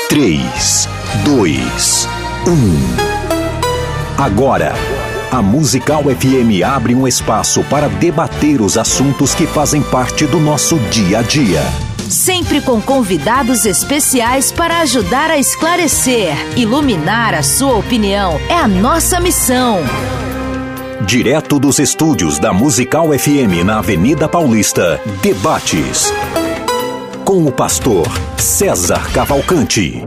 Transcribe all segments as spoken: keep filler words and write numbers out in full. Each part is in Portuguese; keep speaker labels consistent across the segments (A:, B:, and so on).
A: três, dois, um. Agora, a Musical F M abre um espaço para debater os assuntos que fazem parte do nosso dia a dia.
B: Sempre com convidados especiais para ajudar a esclarecer, iluminar a sua opinião. É a nossa missão.
A: Direto dos estúdios da Musical F M na Avenida Paulista, debates com o pastor César Cavalcante.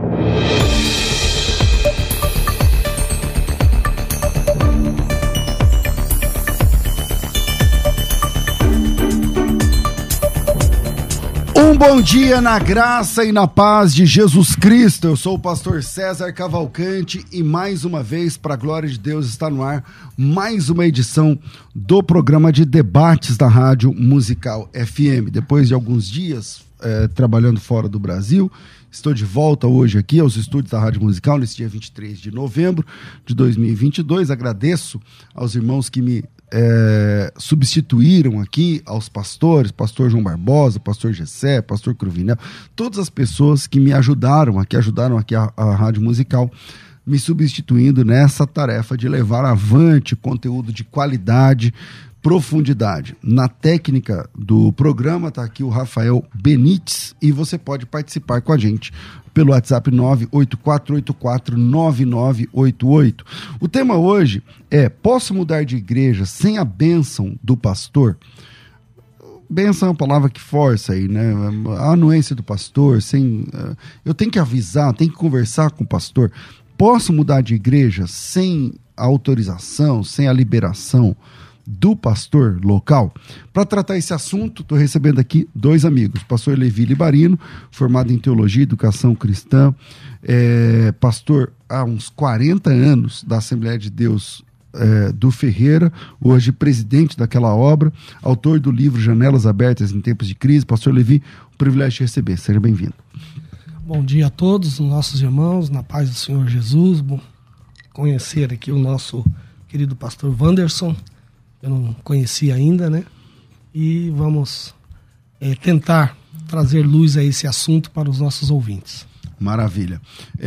C: Um bom dia na graça e na paz de Jesus Cristo. Eu sou o pastor César Cavalcante e mais uma vez, para a glória de Deus, está no ar mais uma edição do programa de debates da Rádio Musical F M. Depois de alguns dias é, trabalhando fora do Brasil, estou de volta hoje aqui aos estúdios da Rádio Musical, nesse dia vinte e três de novembro de dois mil e vinte e dois. Agradeço aos irmãos que me É, substituíram aqui, aos pastores, pastor João Barbosa, pastor Gessé, pastor Cruvinel, todas as pessoas que me ajudaram aqui, ajudaram aqui a, a Rádio Musical, me substituindo nessa tarefa de levar avante conteúdo de qualidade, profundidade. Na técnica do programa está aqui o Rafael Benites e você pode participar com a gente pelo WhatsApp nove oito quatro oito quatro nove nove oito oito. O tema hoje é: posso mudar de igreja sem a bênção do pastor? Bênção é uma palavra que força aí, né? A anuência do pastor, sem, uh, eu tenho que avisar, tenho que conversar com o pastor. Posso mudar de igreja sem a autorização, sem a liberação do pastor local? Para tratar esse assunto, estou recebendo aqui dois amigos: pastor Levi Libarino, formado em teologia e educação cristã, é, pastor há uns quarenta anos da Assembleia de Deus é, do Ferreira, hoje presidente daquela obra, autor do livro Janelas Abertas em Tempos de Crise. Pastor Levi, um privilégio te receber, seja bem-vindo.
D: Bom dia a todos os nossos irmãos, na paz do Senhor Jesus. Bom conhecer aqui o nosso querido pastor Wanderson, eu não conhecia ainda, né? E vamos é, tentar trazer luz a esse assunto para os nossos ouvintes. Maravilha.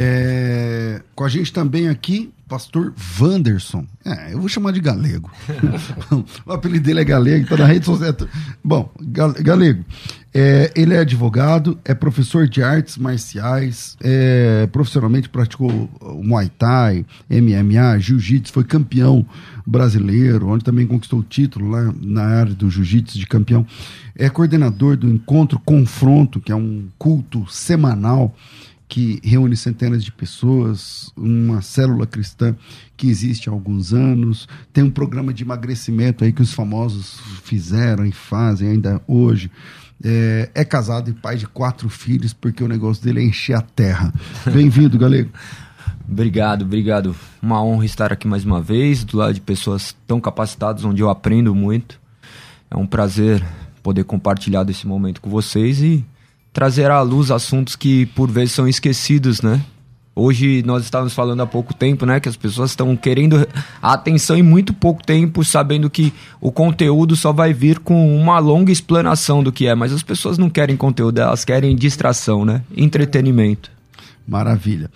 C: É, com a gente também aqui, pastor Wanderson. É, eu vou chamar de Galego. O apelido dele é Galego, está na rede social. Bom, Galego. É, ele é advogado, é professor de artes marciais, é, profissionalmente praticou Muay Thai, M M A, Jiu-Jitsu, foi campeão brasileiro, onde também conquistou o título lá na área do Jiu-Jitsu de campeão. É coordenador do Encontro Confronto, que é um culto semanal que reúne centenas de pessoas, uma célula cristã que existe há alguns anos. Tem um programa de emagrecimento aí que os famosos fizeram e fazem ainda hoje. É, é casado e pai de quatro filhos, porque o negócio dele é encher a terra. Bem-vindo, Galego.
E: Obrigado, obrigado. Uma honra estar aqui mais uma vez, do lado de pessoas tão capacitadas, onde eu aprendo muito. É um prazer poder compartilhar desse momento com vocês e trazer à luz assuntos que por vezes são esquecidos, né? Hoje nós estávamos falando há pouco tempo, né, que as pessoas estão querendo a atenção em muito pouco tempo, sabendo que o conteúdo só vai vir com uma longa explanação do que é, mas as pessoas não querem conteúdo, elas querem distração, né? Entretenimento.
C: Maravilha.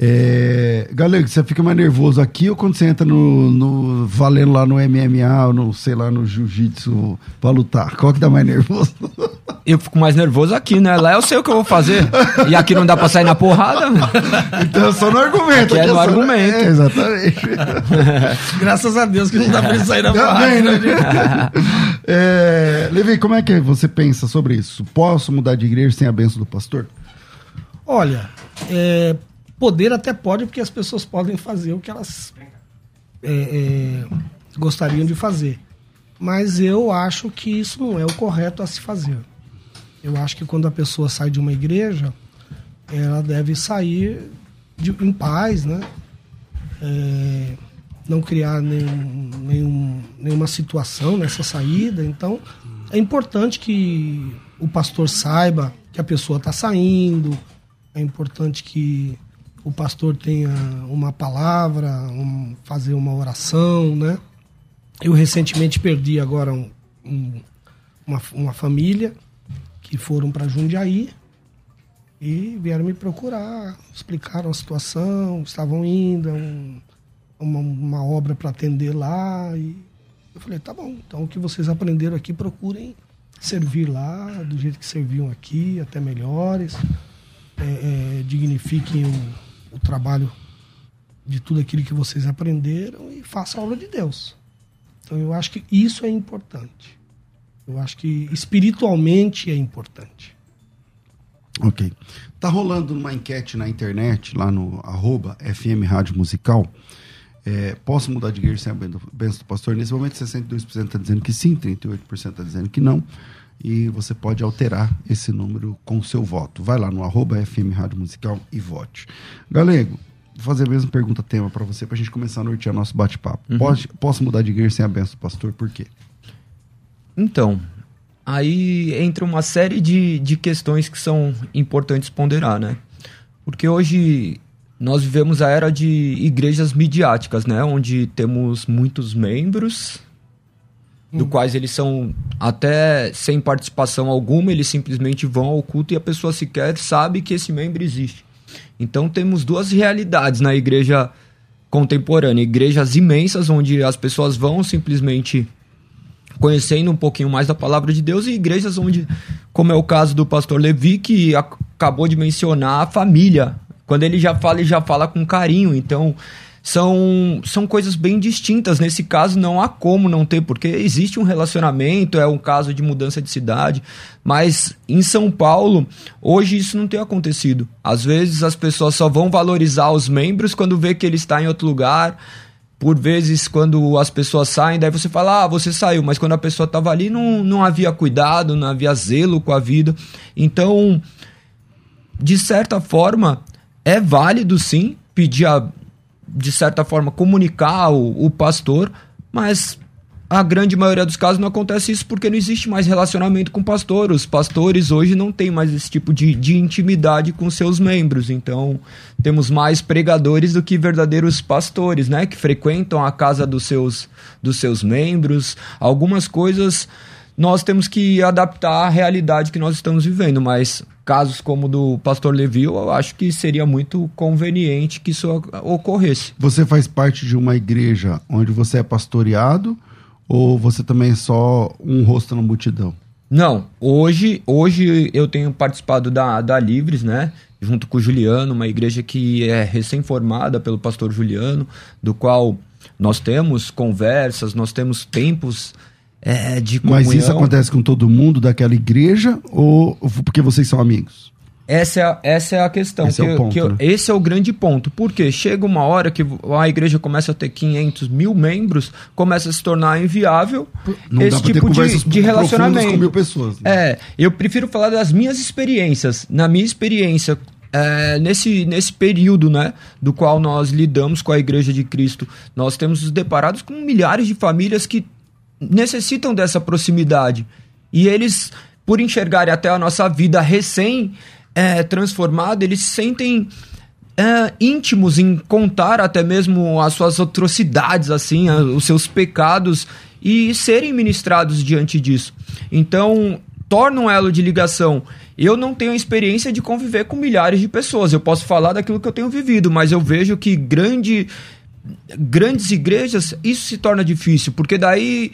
C: É, Galego, você fica mais nervoso aqui ou quando você entra no, no valendo lá no M M A ou no, sei lá, no Jiu-Jitsu pra lutar? Qual que dá mais nervoso?
E: Eu fico mais nervoso aqui, né? Lá eu sei o que eu vou fazer. E aqui não dá pra sair na porrada.
C: Então é só no argumento.
E: Aqui é no argumento.
C: É, exatamente.
D: Graças a Deus que não dá pra sair na porrada.
C: Né? é, Levi, como é que você pensa sobre isso? Posso mudar de igreja sem a bênção do pastor?
D: Olha, é, poder até pode, porque as pessoas podem fazer o que elas é, é, gostariam de fazer. Mas eu acho que isso não é o correto a se fazer. Eu acho que quando a pessoa sai de uma igreja, ela deve sair de, em paz, né? É, não criar nenhum, nenhum, nenhuma situação nessa saída. Então, é importante que o pastor saiba que a pessoa está saindo. É importante que o pastor tenha uma palavra, um, fazer uma oração, né? Eu recentemente perdi agora um, um, uma, uma família que foram para Jundiaí E vieram me procurar, explicaram a situação, estavam indo, um, uma, uma obra para atender lá. E eu falei, tá bom, então o que vocês aprenderam aqui, procurem servir lá, do jeito que serviam aqui, até melhores. É, é, dignifiquem o, o trabalho de tudo aquilo que vocês aprenderam e façam a obra de Deus. Então eu acho que isso é importante. Eu acho que espiritualmente é importante.
C: Ok. Tá rolando uma enquete na internet, lá no arroba F M Rádio Musical. É, posso mudar de igreja sem a bênção do pastor? Nesse momento, sessenta e dois por cento está dizendo que sim, trinta e oito por cento está dizendo que não. E você pode alterar esse número com o seu voto. Vai lá no arroba F M Rádio Musical e vote. Galego, vou fazer a mesma pergunta tema para você, para a gente começar a nortear nosso bate-papo. Uhum. Pode, posso mudar de igreja sem a bênção do pastor? Por quê?
E: Então, aí entra uma série de, de questões que são importantes ponderar, né? Porque hoje nós vivemos a era de igrejas midiáticas, né? Onde temos muitos membros, hum. do quais eles são até sem participação alguma, eles simplesmente vão ao culto e a pessoa sequer sabe que esse membro existe. Então temos duas realidades na igreja contemporânea. Igrejas imensas, onde as pessoas vão simplesmente conhecendo um pouquinho mais da palavra de Deus, e igrejas onde, como é o caso do pastor Levi, que acabou de mencionar a família. Quando ele já fala, ele já fala com carinho. Então, são, são coisas bem distintas. Nesse caso, não há como não ter, porque existe um relacionamento, é um caso de mudança de cidade. Mas em São Paulo, hoje isso não tem acontecido. Às vezes, as pessoas só vão valorizar os membros quando vê que ele está em outro lugar. Por vezes, quando as pessoas saem, daí você fala, ah, você saiu. Mas quando a pessoa estava ali, não, não havia cuidado, não havia zelo com a vida. Então, de certa forma, é válido sim pedir, a, de certa forma, comunicar o, o pastor, mas a grande maioria dos casos não acontece isso porque não existe mais relacionamento com o pastor. Os pastores hoje não têm mais esse tipo de, de intimidade com seus membros. Então, temos mais pregadores do que verdadeiros pastores, né? Que frequentam a casa dos seus, dos seus membros. Algumas coisas nós temos que adaptar à realidade que nós estamos vivendo, mas casos como o do pastor Levi, eu acho que seria muito conveniente que isso ocorresse.
C: Você faz parte de uma igreja onde você é pastoreado, ou você também é só um rosto na multidão?
E: Não, hoje, hoje eu tenho participado da, da Livres, né? Junto com o Juliano, uma igreja que é recém-formada pelo pastor Juliano, do qual nós temos conversas, nós temos tempos é, de comunhão.
C: Mas isso acontece com todo mundo daquela igreja, ou porque vocês são amigos?
E: Essa é a, essa é a questão.
C: Esse,
E: que,
C: é o ponto,
E: que eu,
C: né?
E: esse é o grande ponto. Porque chega uma hora que a igreja começa a ter quinhentos mil membros, começa a se tornar inviável
C: Não
E: esse tipo de, de relacionamento.
C: Com mil pessoas, né?
E: É, eu prefiro falar das minhas experiências. Na minha experiência, é, nesse, nesse período, né, do qual nós lidamos com a Igreja de Cristo, nós temos nos deparados com milhares de famílias que necessitam dessa proximidade. E eles, por enxergarem até a nossa vida recém É, transformado, eles se sentem é, íntimos em contar até mesmo as suas atrocidades, assim, a, os seus pecados, e serem ministrados diante disso. Então, torna um elo de ligação. Eu não tenho a experiência de conviver com milhares de pessoas, eu posso falar daquilo que eu tenho vivido, mas eu vejo que grande, grandes igrejas, isso se torna difícil, porque daí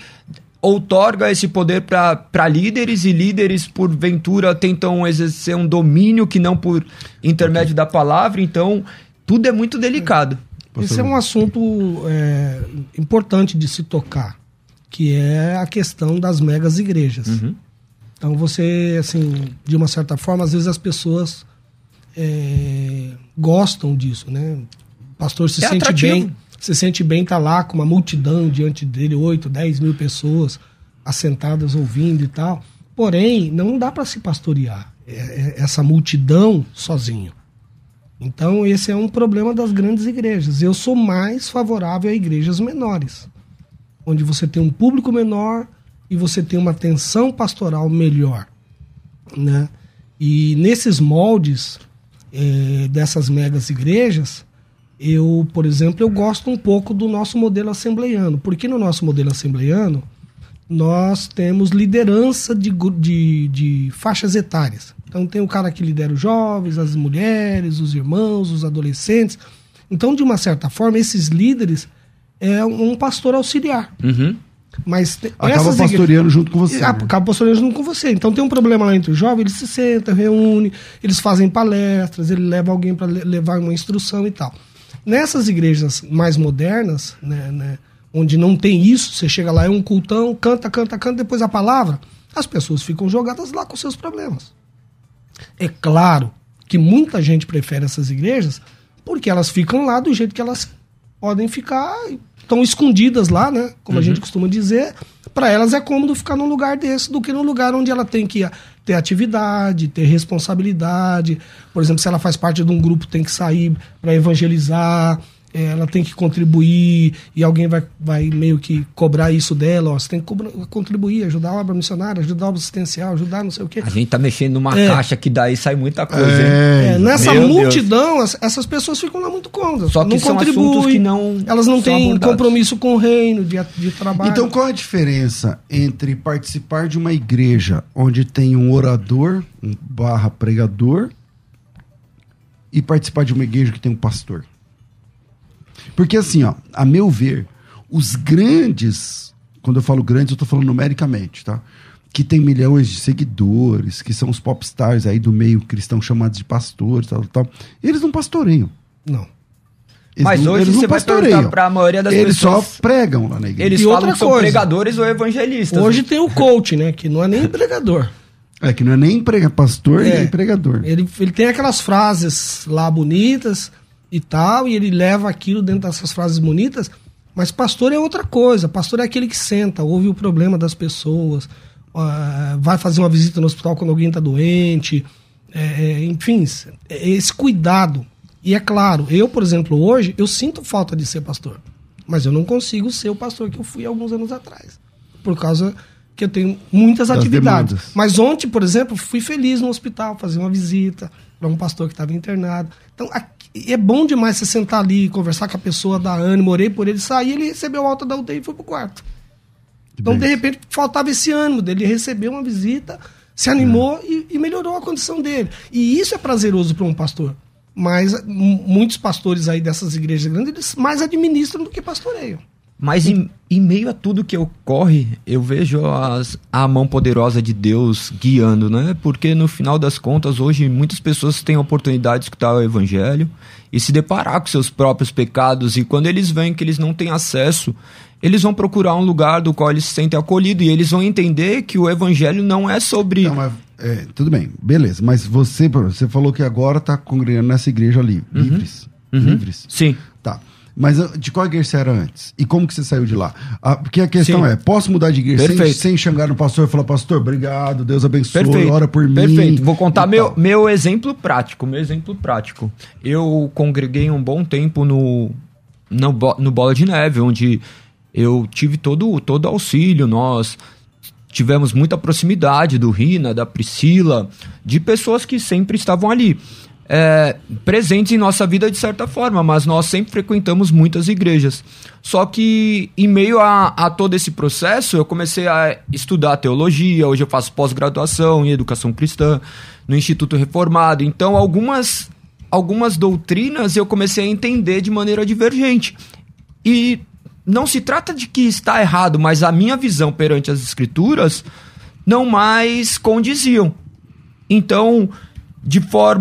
E: outorga esse poder para líderes, e líderes, porventura, tentam exercer um domínio que não por intermédio da palavra. Então, tudo é muito delicado.
D: Esse é um assunto é, importante de se tocar, que é a questão das megas igrejas. Uhum. Então, você, assim, de uma certa forma, às vezes as pessoas é, gostam disso, né? O pastor se
E: é
D: sente
E: atrativo.
D: bem... Se sente bem estar tá lá com uma multidão diante dele, oito, dez mil pessoas assentadas ouvindo e tal. Porém, não dá para se pastorear essa multidão sozinho. Então, esse é um problema das grandes igrejas. Eu sou mais favorável a igrejas menores, onde você tem um público menor e você tem uma atenção pastoral melhor, né? E nesses moldes é, dessas megas igrejas, eu, por exemplo, eu gosto um pouco do nosso modelo assembleiano. Porque no nosso modelo assembleiano, nós temos liderança de, de, de faixas etárias. Então tem o cara que lidera os jovens, as mulheres, os irmãos, os adolescentes. Então, de uma certa forma, esses líderes é um pastor auxiliar.
E: Uhum.
D: Mas
C: acaba pastoreando igrejas, junto com você. Né?
D: Acaba pastoreando junto com você. Então tem um problema lá entre os jovens, eles se sentam, reúnem, eles fazem palestras, ele leva alguém para levar uma instrução e tal. Nessas igrejas mais modernas, né, né, onde não tem isso, você chega lá, é um cultão, canta, canta, canta, depois a palavra, as pessoas ficam jogadas lá com seus problemas. É claro que muita gente prefere essas igrejas porque elas ficam lá do jeito que elas podem ficar, estão escondidas lá, né? Como uhum. a gente costuma dizer. Para elas é cômodo ficar num lugar desse do que num lugar onde ela tem que ter atividade, ter responsabilidade. Por exemplo, se ela faz parte de um grupo, tem que sair para evangelizar, ela tem que contribuir e alguém vai, vai meio que cobrar isso dela. Ó, você tem que cobrar, contribuir, ajudar a obra missionária, ajudar a obra assistencial, ajudar não sei o quê.
E: A gente tá mexendo numa é. caixa que daí sai muita coisa.
D: É, é, nessa Meu multidão, Deus. essas pessoas ficam lá muito cômodas.
E: Só que
D: não
E: são assuntos que não
D: Elas não têm
E: abordados.
D: compromisso com o reino de, de trabalho.
C: Então qual a diferença entre participar de uma igreja onde tem um orador, um barra pregador, e participar de uma igreja que tem um pastor? Porque assim, ó, a meu ver, os grandes, quando eu falo grandes, eu tô falando numericamente, tá? Que tem milhões de seguidores, que são os popstars aí do meio cristão chamados de pastores, tal, tal, eles não pastoreiam.
D: Não.
C: Eles
E: Mas
C: não,
E: hoje
C: eles
E: você
C: não
E: vai perguntar pra maioria das
C: eles
E: pessoas...
C: Eles só pregam lá na igreja.
E: Eles
D: e
E: falam
D: outra
E: que são
D: coisa,
E: pregadores ou evangelistas.
D: Hoje tem o coach, né? Que não é nem pregador.
C: É, que não é nem prega, pastor
D: é,
C: nem pregador.
D: Ele, ele tem aquelas frases lá bonitas e tal, e ele leva aquilo dentro dessas frases bonitas, mas pastor é outra coisa. Pastor é aquele que senta, ouve o problema das pessoas, uh, vai fazer uma visita no hospital quando alguém está doente, é, enfim, esse cuidado. E é claro, eu, por exemplo, hoje, eu sinto falta de ser pastor, mas eu não consigo ser o pastor que eu fui alguns anos atrás, por causa que eu tenho muitas das atividades. Demandas. Mas ontem, por exemplo, fui feliz no hospital, fazer uma visita para um pastor que estava internado. Então, aqui, é bom demais você sentar ali, conversar com a pessoa, dar ânimo, orei por ele, sair, ele recebeu alta da U T I e foi pro quarto. Então, de repente, faltava esse ânimo dele, ele recebeu uma visita, se animou é. e, e melhorou a condição dele. E isso é prazeroso para um pastor. Mas m- muitos pastores aí dessas igrejas grandes, eles mais administram do que pastoreiam.
E: Mas em, em meio a tudo que ocorre, eu vejo as, a mão poderosa de Deus guiando, né? Porque no final das contas, hoje, muitas pessoas têm a oportunidade de escutar o evangelho e se deparar com seus próprios pecados. E quando eles veem que eles não têm acesso, eles vão procurar um lugar do qual eles se sentem acolhidos. E eles vão entender que o evangelho não é sobre...
C: Não, mas, é, tudo bem, beleza. Mas você, você falou que agora está congregando nessa igreja ali,
E: uhum.
C: livres.
E: Uhum.
C: Livres?
E: Sim.
C: Tá. Mas de qual igreja você era antes? E como que você saiu de lá? Ah, porque a questão Sim. é, posso mudar de igreja sem, sem xingar no pastor e falar, pastor, obrigado, Deus abençoe,
E: Perfeito.
C: ora por
E: Perfeito.
C: mim.
E: Perfeito. Vou contar meu, meu exemplo prático, meu exemplo prático. Eu congreguei um bom tempo no, no, no Bola de Neve, onde eu tive todo, todo auxílio, nós tivemos muita proximidade do Rina, da Priscila, de pessoas que sempre estavam ali. É, presentes em nossa vida de certa forma, mas nós sempre frequentamos muitas igrejas. Só que em meio a, a todo esse processo, eu comecei a estudar teologia, hoje eu faço pós-graduação em educação cristã, no Instituto Reformado. Então algumas, algumas doutrinas eu comecei a entender de maneira divergente. E não se trata de que está errado, mas a minha visão perante as escrituras não mais condiziam. Então... de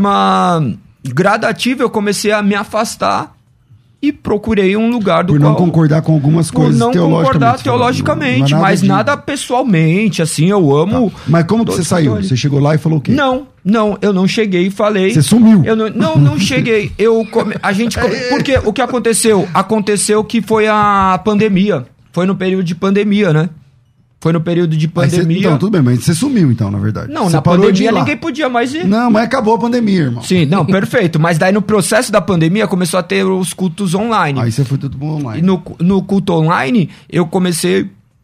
E: forma gradativa, eu comecei a me afastar e procurei um lugar do
C: Por
E: qual...
C: não concordar com algumas coisas
E: teologicamente. Por não concordar
C: teologicamente,
E: teologicamente,
C: não,
E: mas
C: de...
E: nada pessoalmente, assim, eu amo...
C: Tá. Mas como que você saiu? Você chegou lá e falou o quê?
E: Não, não, eu não cheguei e falei...
C: Você sumiu?
E: Eu não, não, não cheguei. Eu come... A gente... Come... Porque o que aconteceu? Aconteceu que foi a pandemia. Foi no período de pandemia, né? Foi no período de pandemia.
C: Você, então, tudo bem, mas você sumiu então, na verdade.
E: Não,
C: você
E: na pandemia ninguém podia mais ir.
C: Não, mas acabou a pandemia, irmão.
E: Sim, não, perfeito. Mas daí no processo da pandemia começou a ter os cultos online.
C: Aí você foi tudo online.
E: E no, no culto online, eu comecei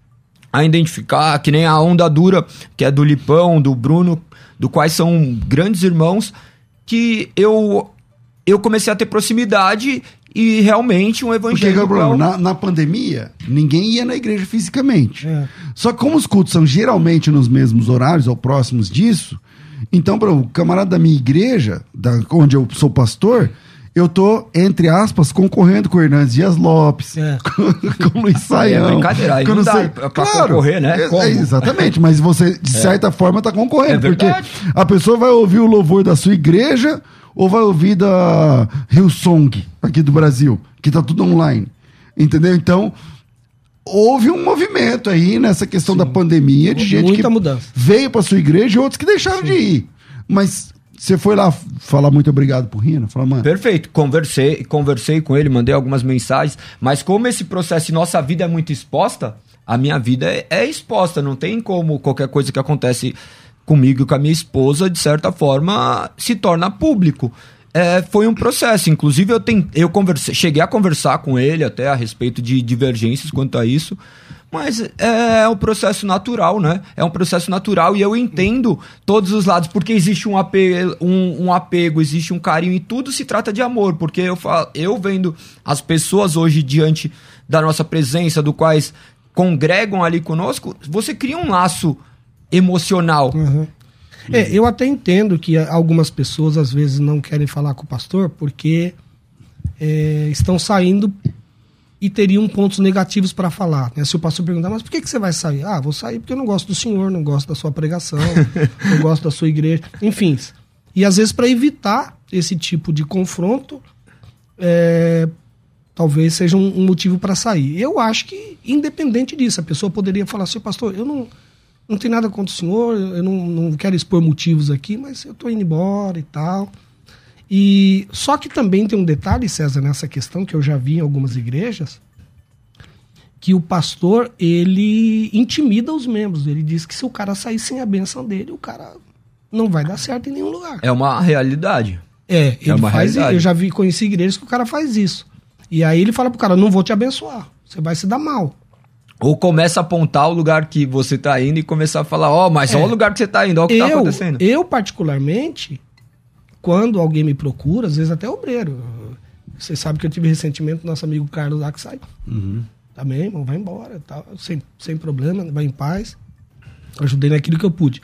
E: a identificar, que nem a Onda Dura, que é do Lipão, do Bruno, do quais são grandes irmãos, que eu, eu comecei a ter proximidade e realmente um evangelho...
C: Porque,
E: qual...
C: na, na pandemia, ninguém ia na igreja fisicamente.
D: É.
C: Só que como os cultos são geralmente nos mesmos horários ou próximos disso, então, para o camarada da minha igreja, da, onde eu sou pastor, eu tô, entre aspas, concorrendo com o Hernandes Dias Lopes,
D: É.
C: com, com o Luiz Saião.
E: É brincadeira, aí
C: não
E: não dá
C: sei...
E: pra
C: claro,
E: concorrer, né?
C: É,
E: Como?
C: é, exatamente, mas você, de certa forma, tá concorrendo.
E: É
C: porque
E: verdade.
C: a pessoa vai ouvir o louvor da sua igreja ou vai ouvir da Hillsong, aqui do Brasil, que tá tudo online. Entendeu? Então, houve um movimento aí nessa questão
D: Sim.
C: da pandemia de gente
D: Muita
C: que
D: mudança.
C: veio pra sua igreja e outros que deixaram de ir. Mas você foi lá falar muito obrigado pro Rina? Falar, mano...
E: Perfeito, conversei, conversei com ele, mandei algumas mensagens, mas como esse processo e nossa vida é muito exposta, a minha vida é, é exposta, não tem como qualquer coisa que acontece comigo e com a minha esposa, de certa forma, se torna público. É, foi um processo, inclusive eu, tem, eu conversei, cheguei a conversar com ele até a respeito de divergências quanto a isso, mas é, é um processo natural, né? É um processo natural e eu entendo todos os lados, porque existe um apego, um, um apego, existe um carinho e tudo se trata de amor, porque eu, falo, eu vendo as pessoas hoje diante da nossa presença, do quais congregam ali conosco, você cria um laço emocional.
D: Uhum. É, eu até entendo que algumas pessoas às vezes não querem falar com o pastor porque é, estão saindo e teriam pontos negativos para falar, né? Se o pastor perguntar, mas por que, que você vai sair? Ah, vou sair porque eu não gosto do senhor, não gosto da sua pregação, não gosto da sua igreja, enfim. E às vezes para evitar esse tipo de confronto, é, talvez seja um, um motivo para sair. Eu acho que, independente disso, a pessoa poderia falar assim, pastor, eu não... Não tem nada contra o senhor, eu não, não quero expor motivos aqui, mas eu estou indo embora e tal. E, só que também tem um detalhe, César, nessa questão, que eu já vi em algumas igrejas, que o pastor, ele intimida os membros. Ele diz que se o cara sair sem a bênção dele, o cara não vai dar certo em nenhum lugar.
E: É uma realidade.
D: É, ele
E: é uma
D: faz,
E: realidade.
D: Eu já vi, conheci igrejas que o cara faz isso. E aí ele fala pro cara, não vou te abençoar, você vai se dar mal.
E: Ou começa a apontar o lugar que você tá indo e começar a falar, ó, oh, mas
D: É.
E: olha o lugar que você tá indo, olha o que
D: eu,
E: tá acontecendo.
D: Eu, particularmente, quando alguém me procura, às vezes até obreiro. Você sabe que eu tive recentemente o nosso amigo Carlos lá que sai.
C: Uhum.
D: Também, irmão, vai embora, tá, sem, sem problema, vai em paz. Ajudei naquilo que eu pude.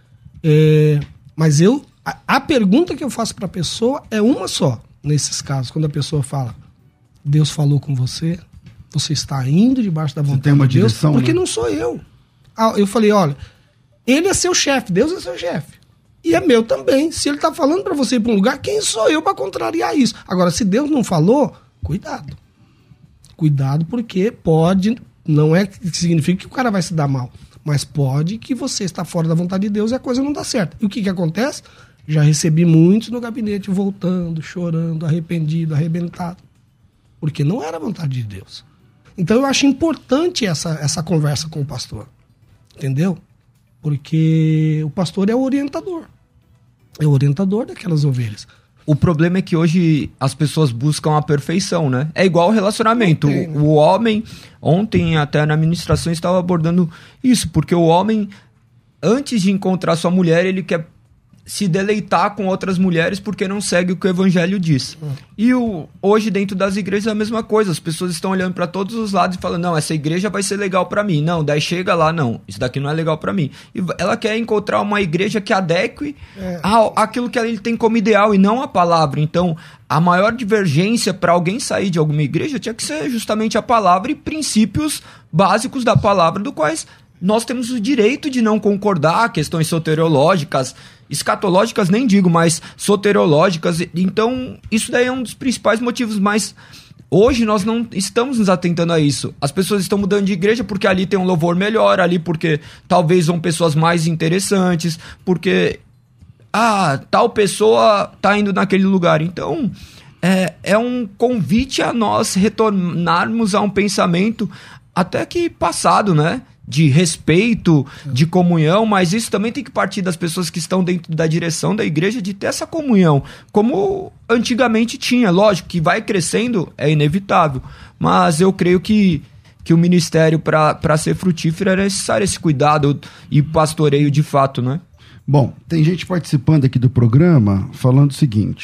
D: É, mas eu, a, a pergunta que eu faço pra pessoa é uma só, nesses casos, quando a pessoa fala, Deus falou com você... Você está indo debaixo da vontade
C: tem uma
D: de Deus,
C: direção,
D: porque
C: né?
D: não sou eu. Ah, eu falei, olha, ele é seu chefe, Deus é seu chefe. E é meu também. Se ele está falando para você ir para um lugar, quem sou eu para contrariar isso? Agora, se Deus não falou, cuidado. Cuidado, porque pode, não é que significa que o cara vai se dar mal, mas pode que você está fora da vontade de Deus e a coisa não dá certo. E o que que acontece? Já recebi muitos no gabinete voltando, chorando, arrependido, arrebentado. Porque não era a vontade de Deus. Então eu acho importante essa, essa conversa com o pastor. Entendeu? Porque o pastor é o orientador. É o orientador daquelas ovelhas.
E: O problema é que hoje as pessoas buscam a perfeição, né? É igual o relacionamento.
D: Não tem, né?
E: O, o homem, ontem até na administração estava abordando isso, porque o homem, antes de encontrar sua mulher, ele quer se deleitar com outras mulheres porque não segue o que o evangelho diz. Hum. E o, hoje dentro das igrejas é a mesma coisa, as pessoas estão olhando para todos os lados e falando, não, essa igreja vai ser legal para mim, não, daí chega lá, não, isso daqui não é legal para mim. E ela quer encontrar uma igreja que adeque é. ao, aquilo que ele tem como ideal e não a palavra. Então, a maior divergência para alguém sair de alguma igreja tinha que ser justamente a palavra e princípios básicos da palavra, do quais nós temos o direito de não concordar, questões soteriológicas, escatológicas nem digo, mas soteriológicas. Então, isso daí é um dos principais motivos, mas hoje nós não estamos nos atentando a isso. As pessoas estão mudando de igreja porque ali tem um louvor melhor, ali porque talvez vão pessoas mais interessantes, porque ah, tal pessoa tá indo naquele lugar. Então, é, é um convite a nós retornarmos a um pensamento até que passado, né? De respeito, de comunhão, mas isso também tem que partir das pessoas que estão dentro da direção da igreja, de ter essa comunhão, como antigamente tinha. Lógico que vai crescendo, é inevitável, mas eu creio que, que o ministério, para ser frutífero, é necessário esse cuidado e pastoreio de fato, né?
C: Bom, tem gente participando aqui do programa falando o seguinte,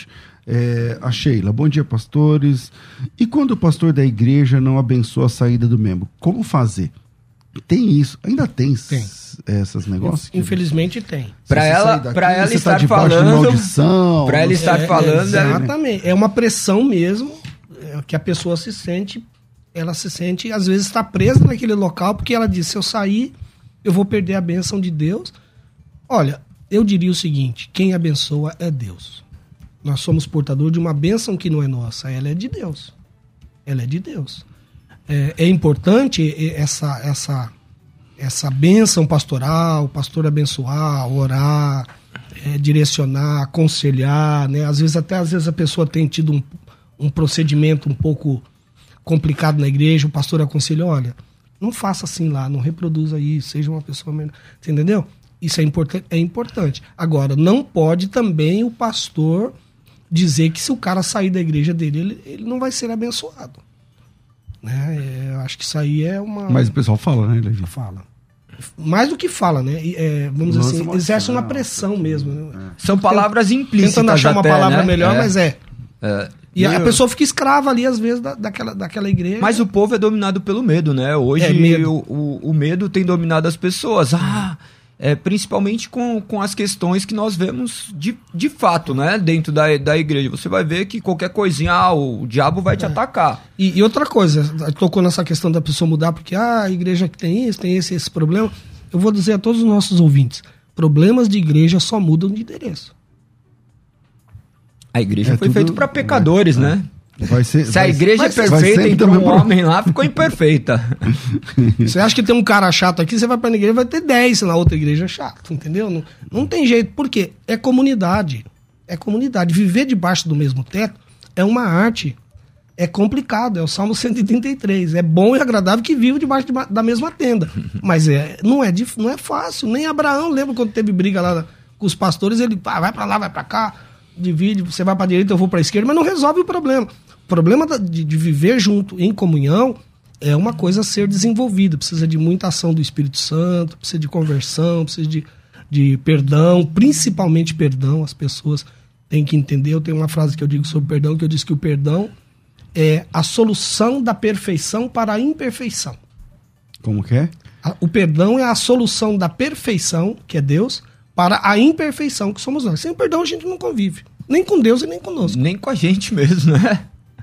C: É, a Sheila, bom dia, pastores. E quando o pastor da igreja não abençoa a saída do membro, como fazer? Tem isso? Ainda tem,
D: tem.
C: Essas negócios?
D: Infelizmente tem.
E: Para ela, para ela estar
C: tá
E: falando, para ela estar
D: é,
E: falando,
D: exatamente. É uma pressão mesmo é, que a pessoa se sente, ela se sente às vezes está presa naquele local porque ela diz: se eu sair, eu vou perder a bênção de Deus. Olha, eu diria o seguinte: quem abençoa é Deus. Nós somos portadores de uma bênção que não é nossa, ela é de Deus. Ela é de Deus. É, é importante essa, essa, essa bênção pastoral, o pastor abençoar, orar, é, direcionar, aconselhar, né? Às vezes, até às vezes a pessoa tem tido um, um procedimento um pouco complicado na igreja, o pastor aconselha: olha, não faça assim lá, não reproduza isso, seja uma pessoa melhor. Você entendeu? Isso é, importan- é importante. Agora, não pode também o pastor dizer que se o cara sair da igreja dele, ele, ele não vai ser abençoado. Né? Eu acho que isso aí é uma...
C: Mas o pessoal fala, né, Levi?
D: Fala. Mais do que fala, né? É, vamos dizer assim, exerce uma pressão mesmo. Né?
E: São palavras implícitas.
D: Tentando achar uma
E: até,
D: palavra
E: né?
D: melhor,
E: é.
D: mas é.
E: é.
D: E
E: e
D: a
E: eu...
D: pessoa fica escrava ali, às vezes, da, daquela, daquela igreja.
E: Mas o povo é dominado pelo medo, né? Hoje
D: é, medo.
E: O, o, o medo tem dominado as pessoas. Ah... É, principalmente com, com as questões que nós vemos de, de fato, né, dentro da, da igreja. Você vai ver que qualquer coisinha, ah, o diabo vai te é. atacar.
D: E, e outra coisa, tocou nessa questão da pessoa mudar, porque ah, a igreja que tem isso, tem esse, esse problema. Eu vou dizer a todos os nossos ouvintes: problemas de igreja só mudam de endereço.
E: A igreja
C: é
E: foi
C: tudo,
E: feita para pecadores, é, né?
C: Vai ser,
E: Se
C: vai,
E: a igreja é perfeita, entrou um homem lá, ficou imperfeita.
D: Você acha que tem um cara chato aqui, você vai pra igreja, vai ter dez na outra igreja chato, entendeu? Não, não tem jeito. Por quê? É comunidade. É comunidade. Viver debaixo do mesmo teto é uma arte. É complicado. É o Salmo cento e trinta e três. É bom e agradável que vive debaixo de, da mesma tenda. Mas é, não, é, não é fácil. Nem Abraão, lembra quando teve briga lá com os pastores, ele ah, vai pra lá, vai pra cá, divide, você vai pra direita, eu vou pra esquerda, mas não resolve o problema. O problema de, de viver junto, em comunhão, é uma coisa a ser desenvolvida. Precisa de muita ação do Espírito Santo, precisa de conversão, precisa de, de perdão, principalmente perdão. As pessoas têm que entender. Eu tenho uma frase que eu digo sobre perdão, que eu disse que o perdão é a solução da perfeição para a imperfeição.
C: Como que é?
D: O perdão é a solução da perfeição, que é Deus, para a imperfeição, que somos nós. Sem o perdão a gente não convive. Nem com Deus e nem conosco.
E: Nem com a gente mesmo, né?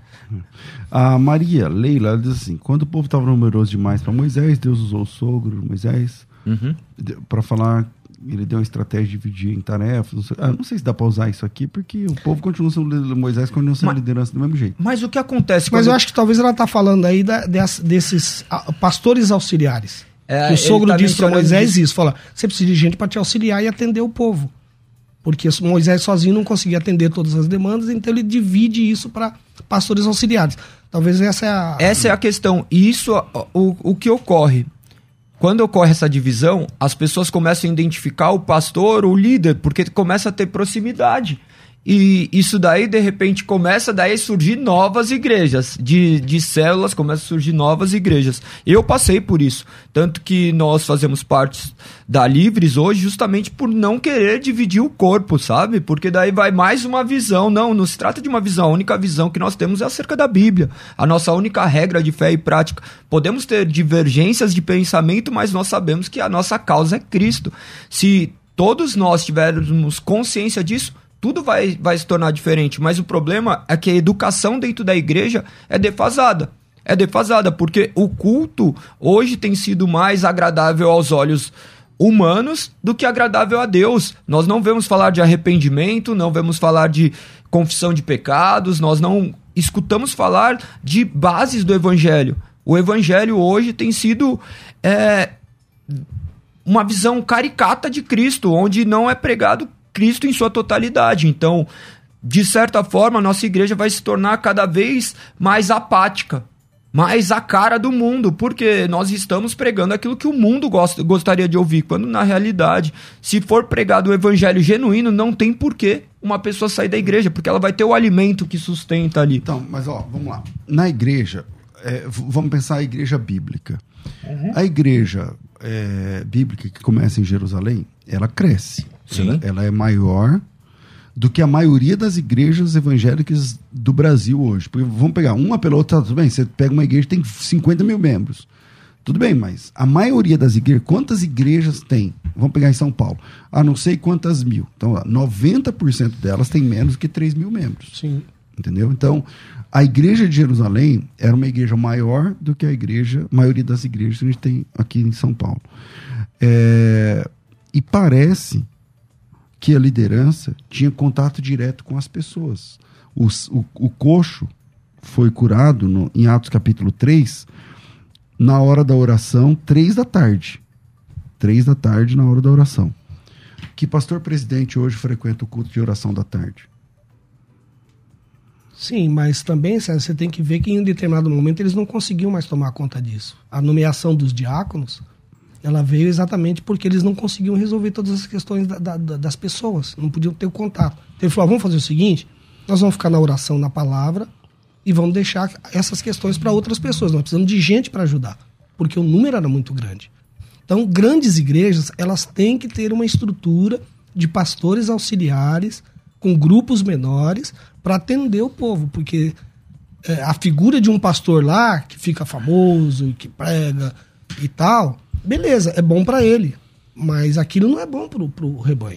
C: A Maria Leila, ela diz assim: quando o povo estava numeroso demais para Moisés, Deus usou o sogro de Moisés
E: uhum.
C: para falar. Ele deu uma estratégia de dividir em tarefas. Não sei, ah, não sei se dá para usar isso aqui, porque o povo continua sendo Moisés, continua sendo mas, liderança do mesmo jeito.
E: Mas o que acontece...
D: Mas
E: quando...
D: eu acho que talvez ela está falando aí da, desses pastores auxiliares.
E: É,
D: que o sogro
E: tá
D: disse para Moisés
E: isso.
D: isso, fala: você precisa de gente para te auxiliar e atender o povo. Porque Moisés sozinho não conseguia atender todas as demandas, então ele divide isso para pastores auxiliares. Talvez essa é a...
E: Essa é a questão. E isso, o, o que ocorre? Quando ocorre essa divisão, as pessoas começam a identificar o pastor, o líder, porque começa a ter proximidade. E isso daí, de repente, começa daí a surgir novas igrejas. De, de células, começam a surgir novas igrejas. Eu passei por isso. Tanto que nós fazemos parte da Livres hoje justamente por não querer dividir o corpo, sabe? Porque daí vai mais uma visão. Não, não se trata de uma visão. A única visão que nós temos é acerca da Bíblia. A nossa única regra de fé e prática. Podemos ter divergências de pensamento, mas nós sabemos que a nossa causa é Cristo. Se todos nós tivermos consciência disso, tudo vai, vai se tornar diferente, mas o problema é que a educação dentro da igreja é defasada. É defasada, porque o culto hoje tem sido mais agradável aos olhos humanos do que agradável a Deus. Nós não vemos falar de arrependimento, não vemos falar de confissão de pecados, nós não escutamos falar de bases do evangelho. O evangelho hoje tem sido é, uma visão caricata de Cristo, onde não é pregado Cristo em sua totalidade. Então, de certa forma, a nossa igreja vai se tornar cada vez mais apática, mais a cara do mundo, porque nós estamos pregando aquilo que o mundo gosta, gostaria de ouvir, quando na realidade, se for pregado o evangelho genuíno, não tem porquê uma pessoa sair da igreja, porque ela vai ter o alimento que sustenta ali.
C: Então, mas ó, vamos lá. Na igreja, é, vamos pensar a igreja bíblica. Uhum. A igreja é, bíblica que começa em Jerusalém, ela cresce. Ela, ela é maior do que a maioria das igrejas evangélicas do Brasil hoje. Porque vamos pegar uma pela outra, tudo bem, você pega uma igreja que tem cinquenta mil membros. Tudo bem, mas a maioria das igrejas, quantas igrejas tem? Vamos pegar em São Paulo. Ah, não sei quantas mil. Então, noventa por cento delas tem menos que três mil membros.
D: Sim.
C: Entendeu? Então, a igreja de Jerusalém era uma igreja maior do que a igreja, a maioria das igrejas que a gente tem aqui em São Paulo. É, e parece que a liderança tinha contato direto com as pessoas. O, o, o coxo foi curado no, em Atos capítulo três, na hora da oração, três da tarde. Três da tarde na hora da oração. Que pastor presidente hoje frequenta o culto de oração da tarde?
D: Sim, mas também, César, você tem que ver que em um determinado momento eles não conseguiam mais tomar conta disso. A nomeação dos diáconos, ela veio exatamente porque eles não conseguiam resolver todas as questões da, da, das pessoas, não podiam ter o contato. Então ele falou, vamos fazer o seguinte, nós vamos ficar na oração, na palavra, e vamos deixar essas questões para outras pessoas. Nós precisamos de gente para ajudar, porque o número era muito grande. Então, grandes igrejas, elas têm que ter uma estrutura de pastores auxiliares, com grupos menores, para atender o povo, porque é, a figura de um pastor lá, que fica famoso, que prega e tal, beleza, é bom para ele, mas aquilo não é bom pro, pro rebanho.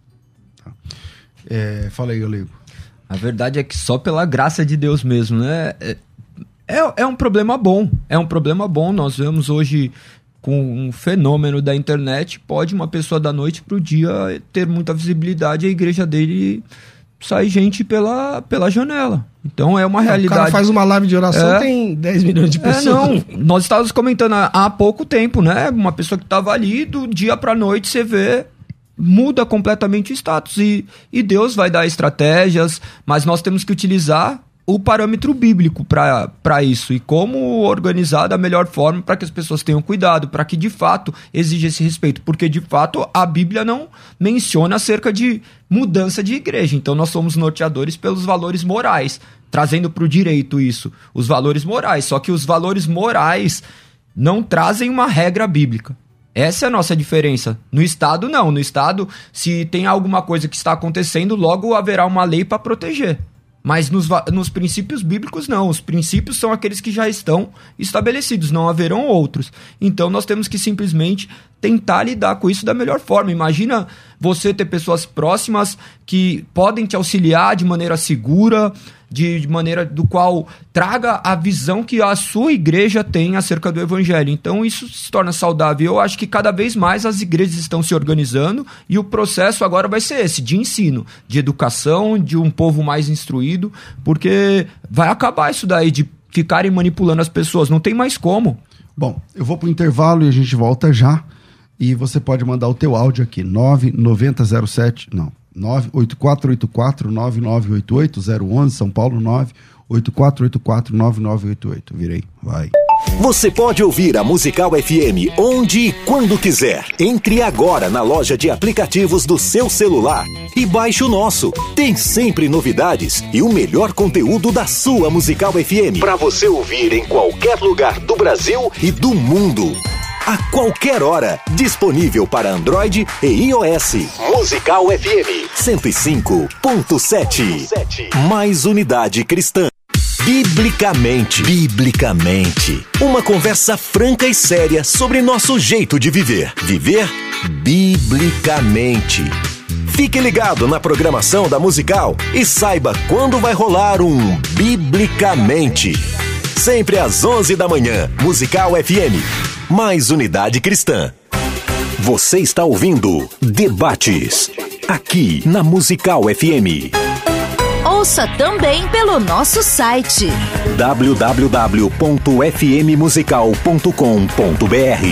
C: É, fala aí, Olivo.
E: A verdade é que só pela graça de Deus mesmo, né? É, é, é um problema bom, é um problema bom. Nós vemos hoje, com um fenômeno da internet, pode uma pessoa da noite pro dia ter muita visibilidade e a igreja dele sai gente pela, pela janela. Então é uma é, realidade. O cara
D: faz uma live de oração, é, tem dez milhões de pessoas.
E: É, não, nós estávamos comentando há, há pouco tempo, né? Uma pessoa que estava ali, do dia pra noite você vê, muda completamente o status. E, e Deus vai dar estratégias, mas nós temos que utilizar o parâmetro bíblico para isso e como organizar da melhor forma para que as pessoas tenham cuidado, para que de fato exija esse respeito, porque de fato a Bíblia não menciona acerca de mudança de igreja, então nós somos norteadores pelos valores morais, trazendo para o direito isso, os valores morais, só que os valores morais não trazem uma regra bíblica. Essa é a nossa diferença. No Estado, não. No Estado, se tem alguma coisa que está acontecendo, logo haverá uma lei para proteger. Mas nos, nos princípios bíblicos, não. Os princípios são aqueles que já estão estabelecidos, não haverão outros. Então, nós temos que simplesmente tentar lidar com isso da melhor forma. Imagina você ter pessoas próximas que podem te auxiliar de maneira segura, de, de maneira do qual traga a visão que a sua igreja tem acerca do evangelho. Então, isso se torna saudável. Eu acho que cada vez mais as igrejas estão se organizando e o processo agora vai ser esse, de ensino, de educação, de um povo mais instruído, porque vai acabar isso daí de ficarem manipulando as pessoas. Não tem mais como.
C: Bom, eu vou para o intervalo e a gente volta já. E você pode mandar o teu áudio aqui, nove nove zero zero sete, não, nove oito quatro oito quatro nove nove oito oito, zero um um, São Paulo, nove oito quatro oito quatro nove nove oito oito. Virei, vai.
A: Você pode ouvir a Musical F M onde e quando quiser. Entre agora na loja de aplicativos do seu celular e baixe o nosso. Tem sempre novidades e o melhor conteúdo da sua Musical F M para você ouvir em qualquer lugar do Brasil e do mundo. A qualquer hora, disponível para Android e iOS. Musical F M cento e cinco ponto sete. Mais unidade cristã. Biblicamente, biblicamente. Uma conversa franca e séria sobre nosso jeito de viver. Viver biblicamente. Fique ligado na programação da Musical e saiba quando vai rolar um Biblicamente. Sempre às onze da manhã, Musical F M. Mais unidade cristã. Você está ouvindo Debates, aqui na Musical F M.
B: Ouça também pelo nosso site
A: w w w ponto f m musical ponto com ponto b r.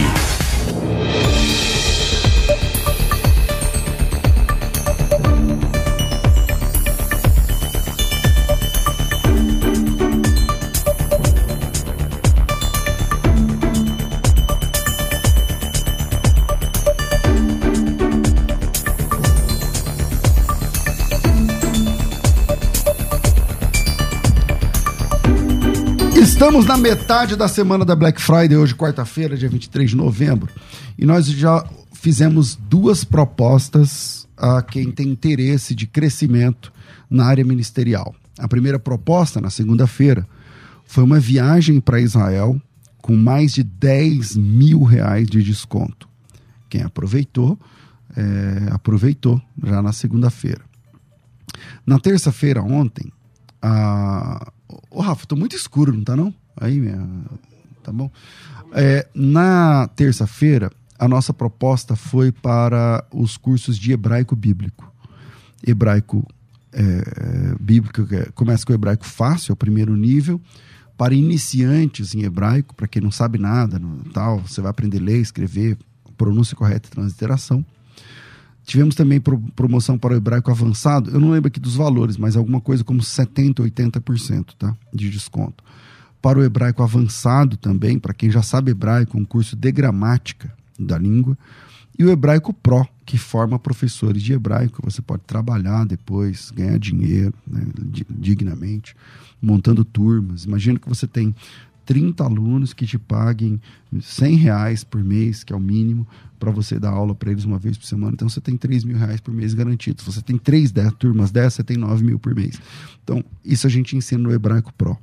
C: Estamos na metade da semana da Black Friday, hoje quarta-feira, dia vinte e três de novembro, e nós já fizemos duas propostas a quem tem interesse de crescimento na área ministerial. A primeira proposta, na segunda-feira, foi uma viagem para Israel com mais de dez mil reais de desconto. Quem aproveitou, é, aproveitou já na segunda-feira. Na terça-feira, ontem, a... Ô, Rafa, tô muito escuro, não tá não? Aí, minha... tá bom? É, na terça-feira, a nossa proposta foi para os cursos de hebraico bíblico. Hebraico é, bíblico, que começa com o hebraico fácil, é o primeiro nível. Para iniciantes em hebraico, para quem não sabe nada, no, tal, você vai aprender a ler, escrever, pronúncia correta e transliteração. Tivemos também pro, promoção para o hebraico avançado, eu não lembro aqui dos valores, mas alguma coisa como setenta por cento, oitenta por cento, tá, de desconto. Para o hebraico avançado também, para quem já sabe hebraico, um curso de gramática da língua. E o hebraico Pro, que forma professores de hebraico. Você pode trabalhar depois, ganhar dinheiro, né, dignamente, montando turmas. Imagina que você tem trinta alunos que te paguem cem reais por mês, que é o mínimo, para você dar aula para eles uma vez por semana. Então você tem três mil reais por mês garantido. Se você tem três dez, turmas dessas, você tem nove mil por mês. Então isso a gente ensina no hebraico Pro.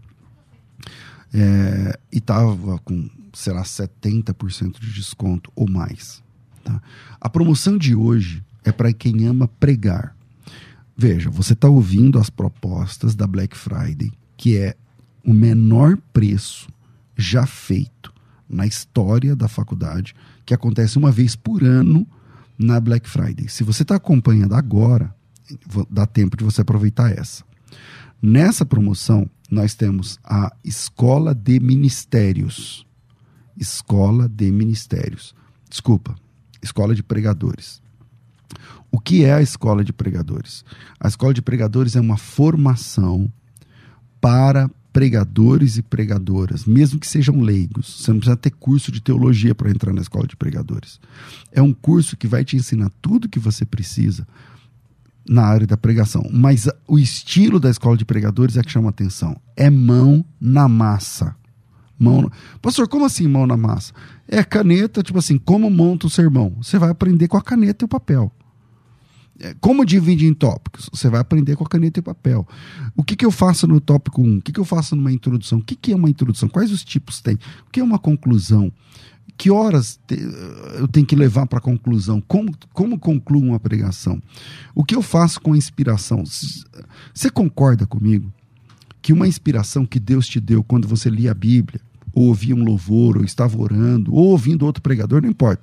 C: É, e estava com, sei lá, setenta por cento de desconto ou mais. Tá? A promoção de hoje é para quem ama pregar. Veja, você está ouvindo as propostas da Black Friday, que é o menor preço já feito na história da faculdade, que acontece uma vez por ano na Black Friday. Se você está acompanhando agora, dá tempo de você aproveitar essa. Nessa promoção, nós temos a Escola de Ministérios. Escola de Ministérios. Desculpa, Escola de Pregadores. O que é a Escola de Pregadores? A Escola de Pregadores é uma formação para pregadores e pregadoras, mesmo que sejam leigos. Você não precisa ter curso de teologia para entrar na Escola de Pregadores. É um curso que vai te ensinar tudo o que você precisa na área da pregação. Mas o estilo da Escola de Pregadores é que chama atenção. É mão na massa. Mão na... Pastor, como assim mão na massa? É caneta, tipo assim, como monta o sermão? Você vai aprender com a caneta e o papel. Como divide em tópicos? Você vai aprender com a caneta e o papel. O que, que eu faço no tópico um? O que, que eu faço numa introdução? O que, que é uma introdução? Quais os tipos tem? O que é uma conclusão? Que horas te, eu tenho que levar para a conclusão? Como, como concluo uma pregação? O que eu faço com a inspiração? Você concorda comigo que uma inspiração que Deus te deu quando você lia a Bíblia, ou ouvia um louvor, ou estava orando, ou ouvindo outro pregador, não importa.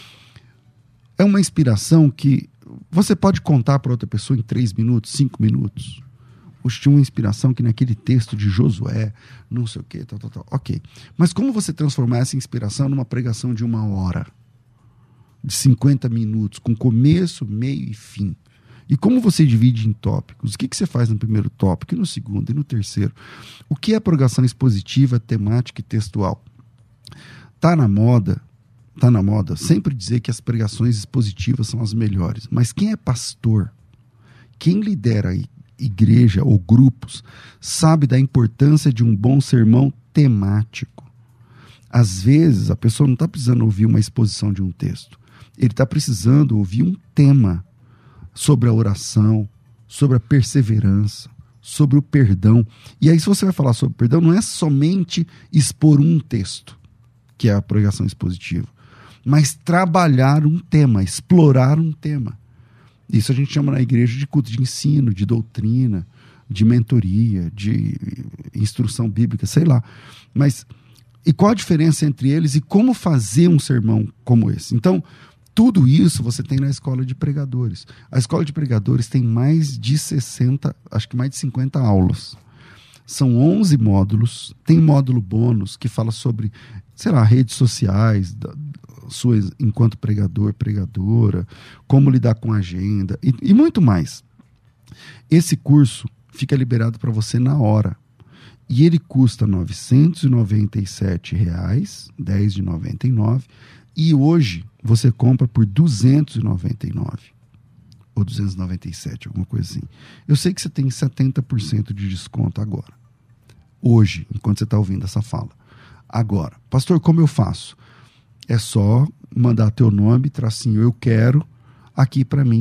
C: É uma inspiração que você pode contar para outra pessoa em três minutos, cinco minutos. Hoje tinha uma inspiração que naquele texto de Josué, não sei o quê, tal, tal, tal. Ok. Mas como você transformar essa inspiração numa pregação de uma hora? De cinquenta minutos, com começo, meio e fim? E como você divide em tópicos? O que, que você faz no primeiro tópico, e no segundo, e no terceiro? O que é pregação expositiva, temática e textual? Tá na moda... Está na moda sempre dizer que as pregações expositivas são as melhores. Mas quem é pastor, quem lidera igreja ou grupos, sabe da importância de um bom sermão temático. Às vezes, a pessoa não está precisando ouvir uma exposição de um texto. Ele está precisando ouvir um tema sobre a oração, sobre a perseverança, sobre o perdão. E aí, se você vai falar sobre perdão, não é somente expor um texto, que é a pregação expositiva, mas trabalhar um tema, explorar um tema. Isso a gente chama na igreja de culto de ensino, de doutrina, de mentoria, de instrução bíblica, sei lá. Mas, e qual a diferença entre eles e como fazer um sermão como esse? Então, tudo isso você tem na Escola de Pregadores. A Escola de Pregadores tem mais de sessenta, acho que mais de cinquenta aulas. São onze módulos, tem módulo bônus que fala sobre, sei lá, redes sociais, da, sua enquanto pregador, pregadora, como lidar com a agenda e, e muito mais. Esse curso fica liberado para você na hora. E ele custa novecentos e noventa e sete reais, dez de noventa e nove, e hoje você compra por duzentos e noventa e nove. Ou duzentos e noventa e sete, alguma coisa assim. Eu sei que você tem setenta por cento de desconto agora. Hoje, enquanto você está ouvindo essa fala. Agora, pastor, como eu faço? É só mandar teu nome, tracinho eu quero, aqui para mim,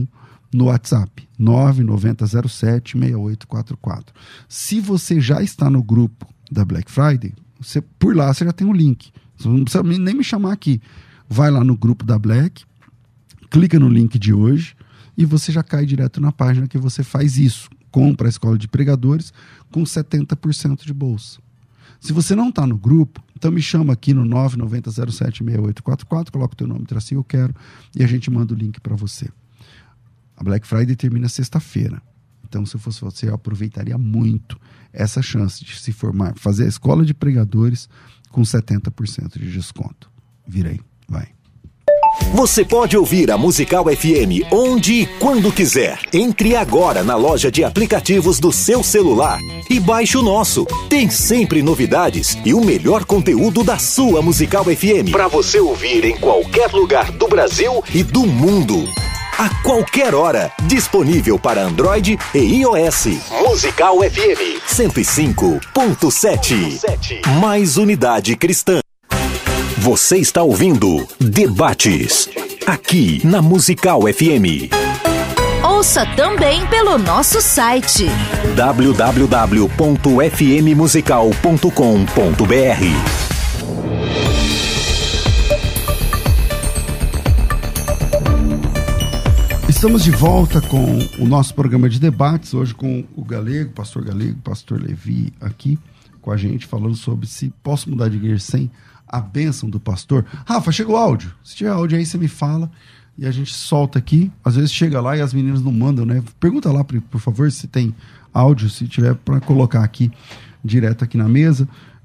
C: no WhatsApp, nove nove zero zero sete seis oito quatro quatro. Se você já está no grupo da Black Friday, você, por lá você já tem o link. Você não precisa nem me chamar aqui. Vai lá no grupo da Black, clica no link de hoje e você já cai direto na página que você faz isso. Compra a Escola de Pregadores com setenta por cento de bolsa. Se você não está no grupo, então me chama aqui no nove nove zero sete seis oito quatro quatro, coloca o teu nome, tracinho, eu quero, e a gente manda o link para você. A Black Friday termina sexta-feira. Então, se eu fosse você, eu aproveitaria muito essa chance de se formar, fazer a Escola de Pregadores com setenta por cento de desconto. Virei, vai.
A: Você pode ouvir a Musical F M onde e quando quiser. Entre agora na loja de aplicativos do seu celular e baixe o nosso. Tem sempre novidades e o melhor conteúdo da sua Musical F M para você ouvir em qualquer lugar do Brasil e do mundo. A qualquer hora, disponível para Android e iOS. Musical F M cento e cinco ponto sete. Mais unidade cristã. Você está ouvindo Debates, aqui na Musical F M.
B: Ouça também pelo nosso site
A: w w w ponto f m musical ponto com ponto b r.
C: Estamos de volta com o nosso programa de debates, hoje com o Galego, pastor Galego, pastor Levi aqui com a gente, falando sobre se posso mudar de igreja sem a bênção do pastor. Rafa, chegou o áudio? Se tiver áudio aí, você me fala e a gente solta aqui. Às vezes chega lá e as meninas não mandam, né? Pergunta lá, por favor, se tem áudio, se tiver, para colocar aqui, direto aqui na mesa.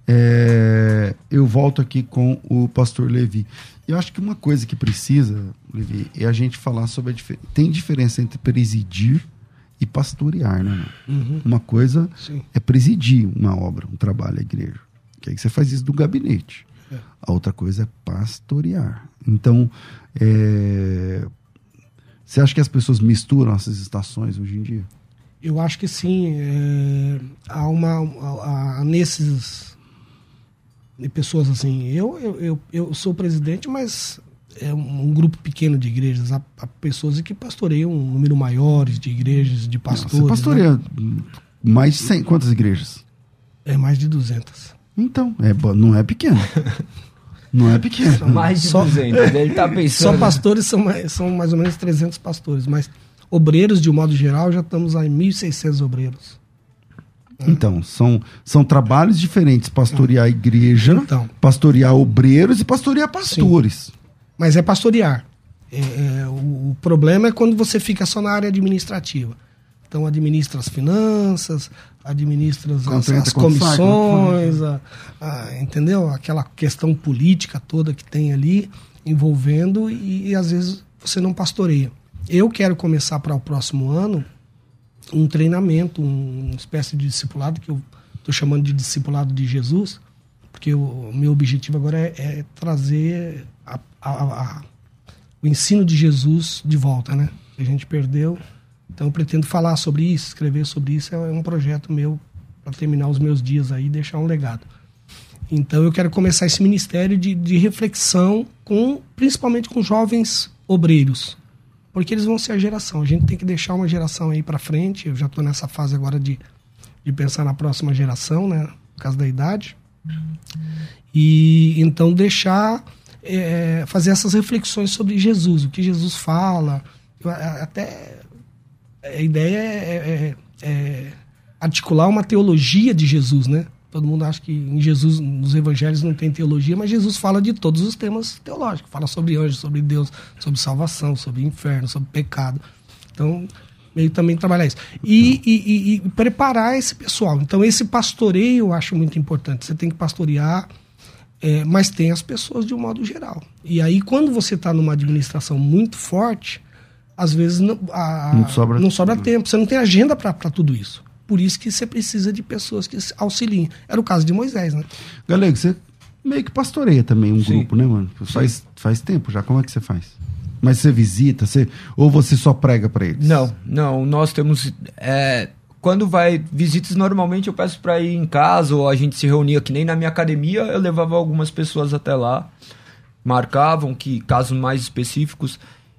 C: É... Eu volto aqui com o pastor Levi. Eu acho que uma coisa que precisa, Levi, é a gente falar sobre a diferença. Tem diferença entre presidir e pastorear, né?
D: Uhum.
C: Uma coisa
D: Sim.
C: é presidir uma obra, um trabalho, a igreja. Que aí você faz isso do gabinete.
D: É.
C: A outra coisa é pastorear. Então, é... você acha que as pessoas misturam essas estações hoje em dia?
D: Eu acho que sim. É... Há uma... Há, há nesses... pessoas assim... Eu, eu, eu, eu sou presidente, mas é um grupo pequeno de igrejas. Há, há pessoas que pastoreiam um número maior de igrejas, de pastores.
C: Não, você pastoreia, né? Mais de cem. Quantas igrejas?
D: É mais de duzentas.
C: Então, é, não é pequeno. Não é pequeno.
E: São mais de
D: Só,
E: duzentos, ele tá pensando.
D: Só pastores são mais, são mais ou menos trezentos pastores, mas obreiros, de um modo geral, já estamos em mil e seiscentos obreiros.
C: Então, são, são trabalhos diferentes, pastorear a igreja,
D: Então.
C: pastorear obreiros e pastorear pastores.
D: Sim. Mas é pastorear. É, é, o, o problema é quando você fica só na área administrativa. Então, administra as finanças, administra as, as, as comissões, a, a, entendeu? Aquela questão política toda que tem ali envolvendo e, e, às vezes, você não pastoreia. Eu quero começar para o próximo ano um treinamento, um, uma espécie de discipulado, que eu estou chamando de discipulado de Jesus, porque o meu objetivo agora é, é trazer a, a, a, o ensino de Jesus de volta, né? A gente perdeu. Então eu pretendo falar sobre isso, escrever sobre isso, é um projeto meu para terminar os meus dias aí e deixar um legado. Então eu quero começar esse ministério de, de reflexão, com, principalmente com jovens obreiros, porque eles vão ser a geração. A gente tem que deixar uma geração aí para frente. Eu já estou nessa fase agora de, de pensar na próxima geração, né, por causa da idade. E então deixar, é, fazer essas reflexões sobre Jesus, o que Jesus fala, até... A ideia é, é, é articular uma teologia de Jesus, né? Todo mundo acha que em Jesus, nos evangelhos, não tem teologia, mas Jesus fala de todos os temas teológicos. Fala sobre anjos, sobre Deus, sobre salvação, sobre inferno, sobre pecado. Então, meio também trabalhar isso. E, e, e, e preparar esse pessoal. Então, esse pastoreio eu acho muito importante. Você tem que pastorear, é, mas tem as pessoas de um modo geral. E aí, quando você está numa administração muito forte, às vezes não, a,
C: não, sobra,
D: não sobra tempo. Você não tem agenda para tudo isso. Por isso que você precisa de pessoas que auxiliem. Era o caso de Moisés, né?
C: Galego, você meio que pastoreia também um
E: Sim.
C: grupo, né, mano? Faz, faz tempo já. Como é que você faz? Mas você visita, você, ou você só prega para eles?
E: Não, não. Nós temos... É, quando vai visitas, normalmente eu peço para ir em casa, ou a gente se reunia, que nem na minha academia, eu levava algumas pessoas até lá. Marcavam, que casos mais específicos...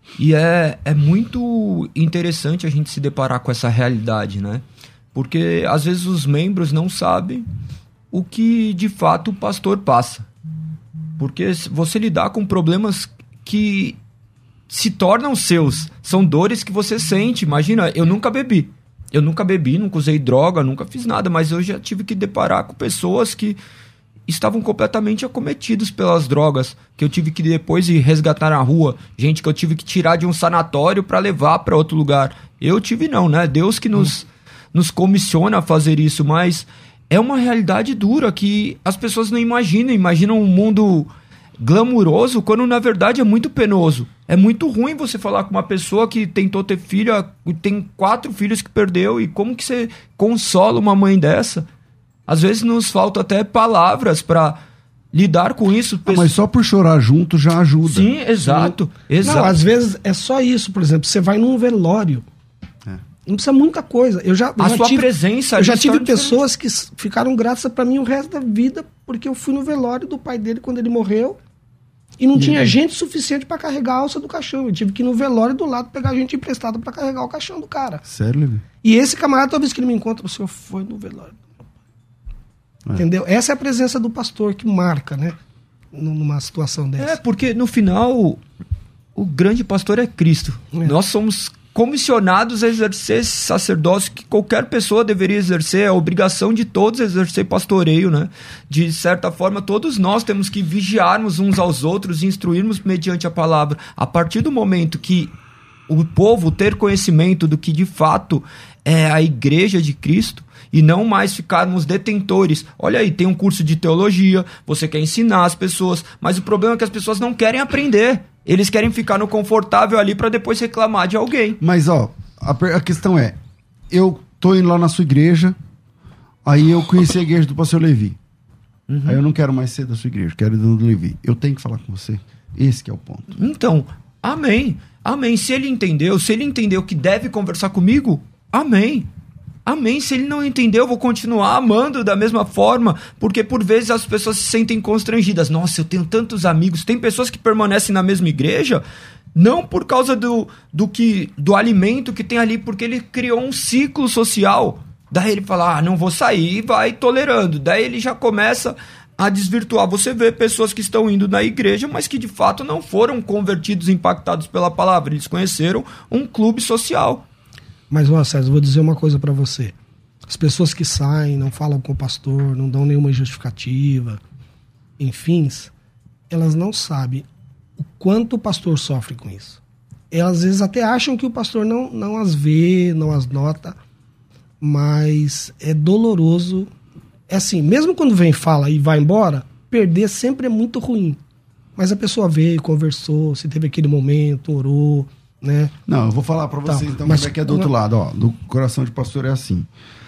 E: E é, é muito interessante a gente se deparar com essa realidade, né? Porque às vezes os membros não sabem o que de fato o pastor passa. Porque você lidar com problemas que se tornam seus, são dores que você sente. Imagina, eu nunca bebi. Eu nunca bebi, nunca usei droga, nunca fiz nada, mas eu já tive que deparar com pessoas que estavam completamente acometidos pelas drogas, que eu tive que depois ir resgatar na rua, gente que eu tive que tirar de um sanatório para levar para outro lugar. Eu tive não, né? Deus que nos, hum. nos comissiona a fazer isso, mas é uma realidade dura que as pessoas não imaginam, imaginam um mundo glamuroso, quando na verdade é muito penoso. É muito ruim você falar com uma pessoa que tentou ter filho, tem quatro filhos que perdeu, e como que você consola uma mãe dessa? Às vezes nos falta até palavras para lidar com isso.
C: Ah, mas só por chorar junto já ajuda.
E: Sim, exato. exato.
D: Não, às vezes é só isso. Por exemplo, você vai num velório. É. Não precisa muita coisa. Eu já, eu
E: a
D: já
E: sua
D: tive,
E: presença...
D: Eu já tive pessoas diferente. que ficaram graças para mim o resto da vida, porque eu fui no velório do pai dele quando ele morreu e não e tinha é. gente suficiente para carregar a alça do caixão. Eu tive que ir no velório do lado pegar gente emprestada para carregar o caixão do cara.
C: Sério, Levi?
D: E esse camarada, toda vez que ele me encontra, o senhor foi no velório. É. Entendeu? Essa é a presença do pastor que marca, né? Numa situação dessa.
E: É, porque no final, o grande pastor é Cristo. É. Nós somos comissionados a exercer esse sacerdócio que qualquer pessoa deveria exercer. É a obrigação de todos exercer pastoreio, né? De certa forma, todos nós temos que vigiarmos uns aos outros e instruirmos mediante a palavra. A partir do momento que o povo ter conhecimento do que de fato é a igreja de Cristo, e não mais ficarmos detentores. Olha aí, tem um curso de teologia, você quer ensinar as pessoas, mas o problema é que as pessoas não querem aprender. Eles querem ficar no confortável ali para depois reclamar de alguém.
C: Mas, ó, a, a questão é, eu tô indo lá na sua igreja, aí eu conheci a igreja do pastor Levi. Uhum. Aí eu não quero mais ser da sua igreja, quero ir do Levi. Eu tenho que falar com você. Esse que é o ponto.
E: Então, amém. Amém. Se ele entendeu, se ele entendeu que deve conversar comigo, amém. Amém. Se ele não entendeu, eu vou continuar amando da mesma forma, porque por vezes as pessoas se sentem constrangidas. Nossa, eu tenho tantos amigos. Tem pessoas que permanecem na mesma igreja, não por causa do, do, que, do alimento que tem ali, porque ele criou um ciclo social. Daí ele fala, ah, não vou sair, e vai tolerando. Daí ele já começa a desvirtuar. Você vê pessoas que estão indo na igreja, mas que de fato não foram convertidos, impactados pela palavra. Eles conheceram um clube social.
D: Mas, ó, César, vou dizer uma coisa para você. As pessoas que saem, não falam com o pastor, não dão nenhuma justificativa, enfim, elas não sabem o quanto o pastor sofre com isso. Elas, às vezes, até acham que o pastor não, não as vê, não as nota, mas é doloroso. É assim, mesmo quando vem, fala e vai embora, perder sempre é muito ruim. Mas a pessoa veio, conversou, se teve aquele momento, orou, né?
C: Não, eu vou falar para você, tá, então, mas como é que é do outro lado, ó, do coração de pastor é assim.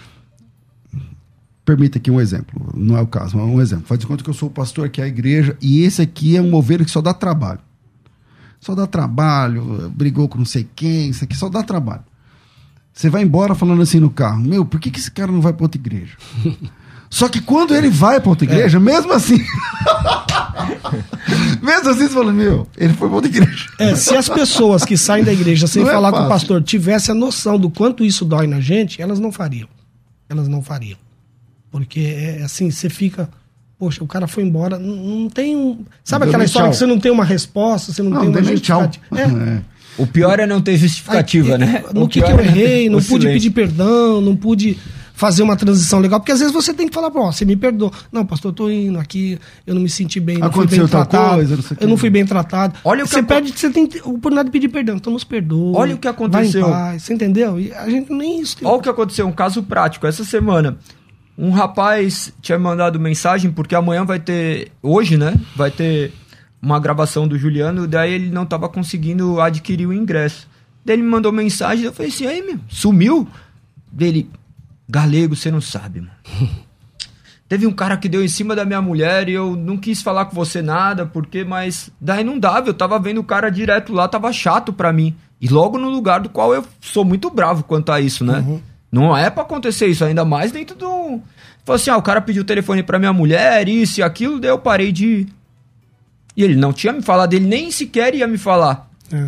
C: Permita aqui um exemplo, não é o caso, mas um exemplo. Faz de conta que eu sou o pastor aqui, a igreja, e esse aqui é um ovelha que só dá trabalho. Só dá trabalho, brigou com não sei quem, isso aqui só dá trabalho. Você vai embora falando assim no carro, meu, por que, que esse cara não vai para outra igreja? Só que quando ele vai para outra igreja, é. mesmo assim... mesmo assim, você fala, meu, ele foi para outra igreja.
D: É, se as pessoas que saem da igreja sem não falar é com o pastor tivessem a noção do quanto isso dói na gente, elas não fariam. Elas não fariam. Porque, é assim, você fica... Poxa, o cara foi embora, não, não tem um... Sabe aquela história tchau. que você não tem uma resposta, você não, não tem uma justificativa? É.
E: É. O pior é não ter justificativa, Aí, né?
D: No que, que eu errei, não pude silêncio. pedir perdão, não pude fazer uma transição legal, porque às vezes você tem que falar, pô, você me perdoa. Não, pastor, eu tô indo aqui, eu não me senti bem, não
C: Aconteceu
D: fui bem tratado,
C: coisa, não
D: eu não fui bem tratado.
E: Olha o
D: você
E: que
D: pede, você tem a oportunidade de pedir perdão, então nos perdoa.
E: Olha o que aconteceu.
D: Vai em paz, você entendeu? E a gente nem isso. Tem...
E: Olha o que aconteceu, um caso prático, essa semana. Um rapaz tinha mandado mensagem, porque amanhã vai ter, hoje, né, vai ter uma gravação do Juliano, daí ele não tava conseguindo adquirir o ingresso. Daí ele me mandou mensagem, eu falei assim, aí, meu, sumiu? Dele, galego, você não sabe, mano. Teve um cara que deu em cima da minha mulher e eu não quis falar com você nada, porque, mas daí não dava, eu tava vendo o cara direto lá, tava chato pra mim. E logo no lugar do qual eu sou muito bravo quanto a isso, né? Uhum. Não é pra acontecer isso, ainda mais dentro do... Falei assim, ah, o cara pediu o telefone pra minha mulher, isso e aquilo, daí eu parei de... E ele não tinha me falado, ele nem sequer ia me falar. É.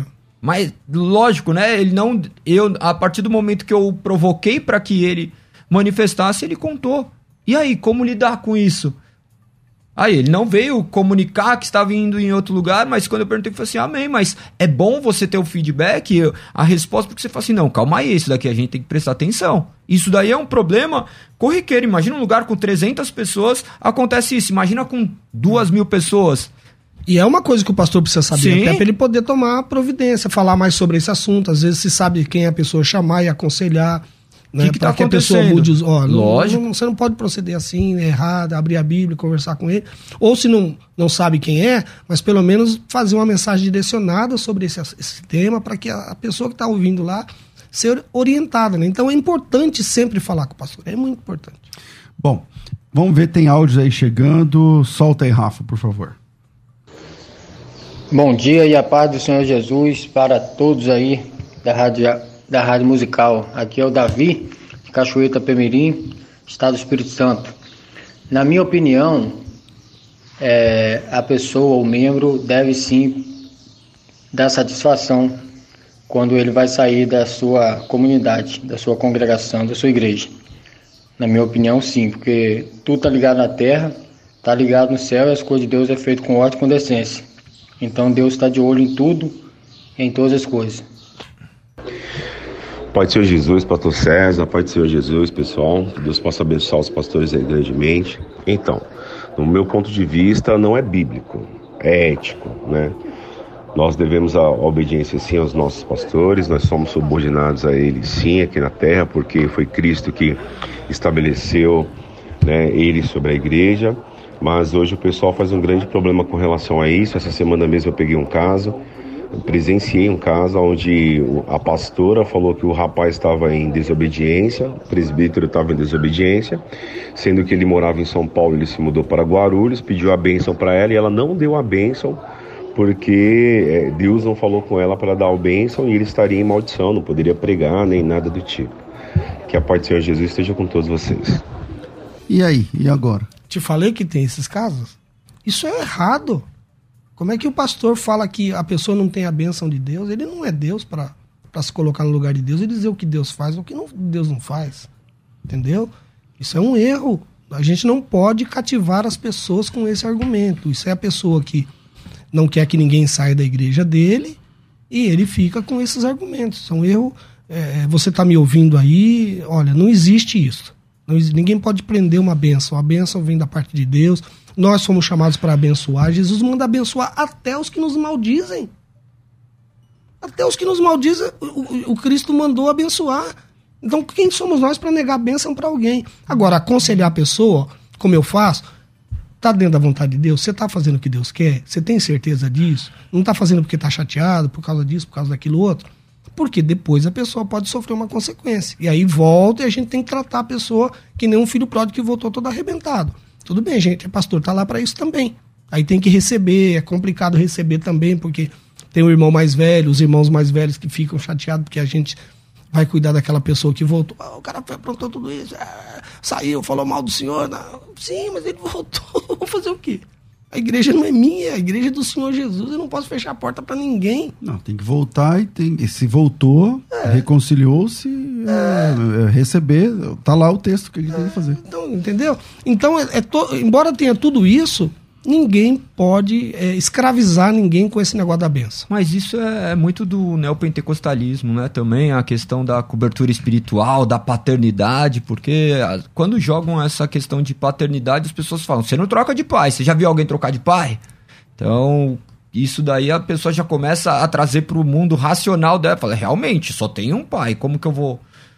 E: Mas, lógico, né? Ele não. Eu, a partir do momento que eu provoquei para que ele manifestasse, ele contou. E aí, como lidar com isso? Aí, ele não veio comunicar que estava indo em outro lugar, mas quando eu perguntei, ele falou assim, amém, mas é bom você ter o feedback, a resposta, porque você fala assim, não, calma aí, isso daqui a gente tem que prestar atenção. Isso daí é um problema corriqueiro. Imagina um lugar com trezentas pessoas, acontece isso. Imagina com duas mil pessoas.
D: E é uma coisa que o pastor precisa saber,
E: Sim.
D: até para ele poder tomar providência, falar mais sobre esse assunto. Às vezes se sabe quem é a pessoa chamar e aconselhar, né,
E: que que
D: para
E: tá
D: que a pessoa mude os... Ó,
E: Lógico.
D: Não, não, você não pode proceder assim, né, errado, abrir a Bíblia, conversar com ele. Ou se não, não sabe quem é, mas pelo menos fazer uma mensagem direcionada sobre esse, esse tema, para que a, a pessoa que está ouvindo lá ser orientada, né? Então é importante sempre falar com o pastor, é muito importante.
C: Bom, vamos ver, tem áudios aí chegando. Solta aí, Rafa, por favor.
F: Bom dia e a paz do Senhor Jesus para todos aí da rádio, da rádio musical. Aqui é o Davi, de Cachoeira Pemirim, Estado do Espírito Santo. Na minha opinião, é, a pessoa, o membro, deve sim dar satisfação quando ele vai sair da sua comunidade, da sua congregação, da sua igreja. Na minha opinião, sim, porque tudo está ligado na terra, está ligado no céu e as coisas de Deus é feito com ordem e com decência. Então Deus está de olho em tudo, em todas as coisas.
G: Pai do Senhor Jesus, pastor César, Pai do Senhor Jesus, pessoal, que Deus possa abençoar os pastores da grandemente. Então, no meu ponto de vista, não é bíblico, é ético, né? Nós devemos a obediência sim aos nossos pastores, nós somos subordinados a eles sim aqui na terra, porque foi Cristo que estabeleceu, né, ele sobre a igreja. Mas hoje o pessoal faz um grande problema com relação a isso. Essa semana mesmo eu peguei um caso, eu presenciei um caso onde a pastora falou que o rapaz estava em desobediência, o presbítero estava em desobediência, sendo que ele morava em São Paulo, ele se mudou para Guarulhos, pediu a bênção para ela e ela não deu a bênção, porque Deus não falou com ela para dar a bênção e ele estaria em maldição, não poderia pregar nem nada do tipo. Que a paz do Senhor Jesus esteja com todos vocês.
C: E aí, e agora?
D: Te falei que tem esses casos? Isso é errado. Como é que o pastor fala que a pessoa não tem a bênção de Deus? Ele não é Deus para se colocar no lugar de Deus e dizer o que Deus faz ou o que não, Deus não faz. Entendeu? Isso é um erro. A gente não pode cativar as pessoas com esse argumento. Isso é a pessoa que não quer que ninguém saia da igreja dele e ele fica com esses argumentos. Isso é um erro. É, você está me ouvindo aí? Olha, não existe isso. Não, ninguém pode prender uma bênção. A bênção vem da parte de Deus. Nós somos chamados para abençoar. Jesus manda abençoar até os que nos maldizem. Até os que nos maldizem, o, o, o Cristo mandou abençoar. Então, quem somos nós para negar a bênção para alguém? Agora, aconselhar a pessoa, como eu faço, está dentro da vontade de Deus? Você está fazendo o que Deus quer? Você tem certeza disso? Não está fazendo porque está chateado, por causa disso, por causa daquilo outro? Porque depois a pessoa pode sofrer uma consequência. E aí volta e a gente tem que tratar a pessoa que nem um filho pródigo que voltou todo arrebentado. Tudo bem, gente, o pastor está lá para isso também. Aí tem que receber, é complicado receber também, porque tem o irmão mais velho, os irmãos mais velhos que ficam chateados porque a gente vai cuidar daquela pessoa que voltou. Ah, o cara aprontou tudo isso, ah, saiu, falou mal do senhor. Não. Sim, mas ele voltou. Vou fazer o quê? A igreja não é minha, a igreja é do Senhor Jesus. Eu não posso fechar a porta para ninguém.
C: Não, tem que voltar e tem. E se voltou, é. reconciliou-se, é. É, receber. Tá lá o texto que a gente é. tem que fazer.
D: Então, entendeu? Então, é, é to... embora tenha tudo isso, ninguém pode é, escravizar ninguém com esse negócio da benção.
E: Mas isso é muito do neopentecostalismo, né? Também a questão da cobertura espiritual, da paternidade, porque quando jogam essa questão de paternidade, as pessoas falam, você não troca de pai, você já viu alguém trocar de pai? Então, isso daí a pessoa já começa a trazer para o mundo racional dela, fala, realmente, só tem um pai, como que eu vou...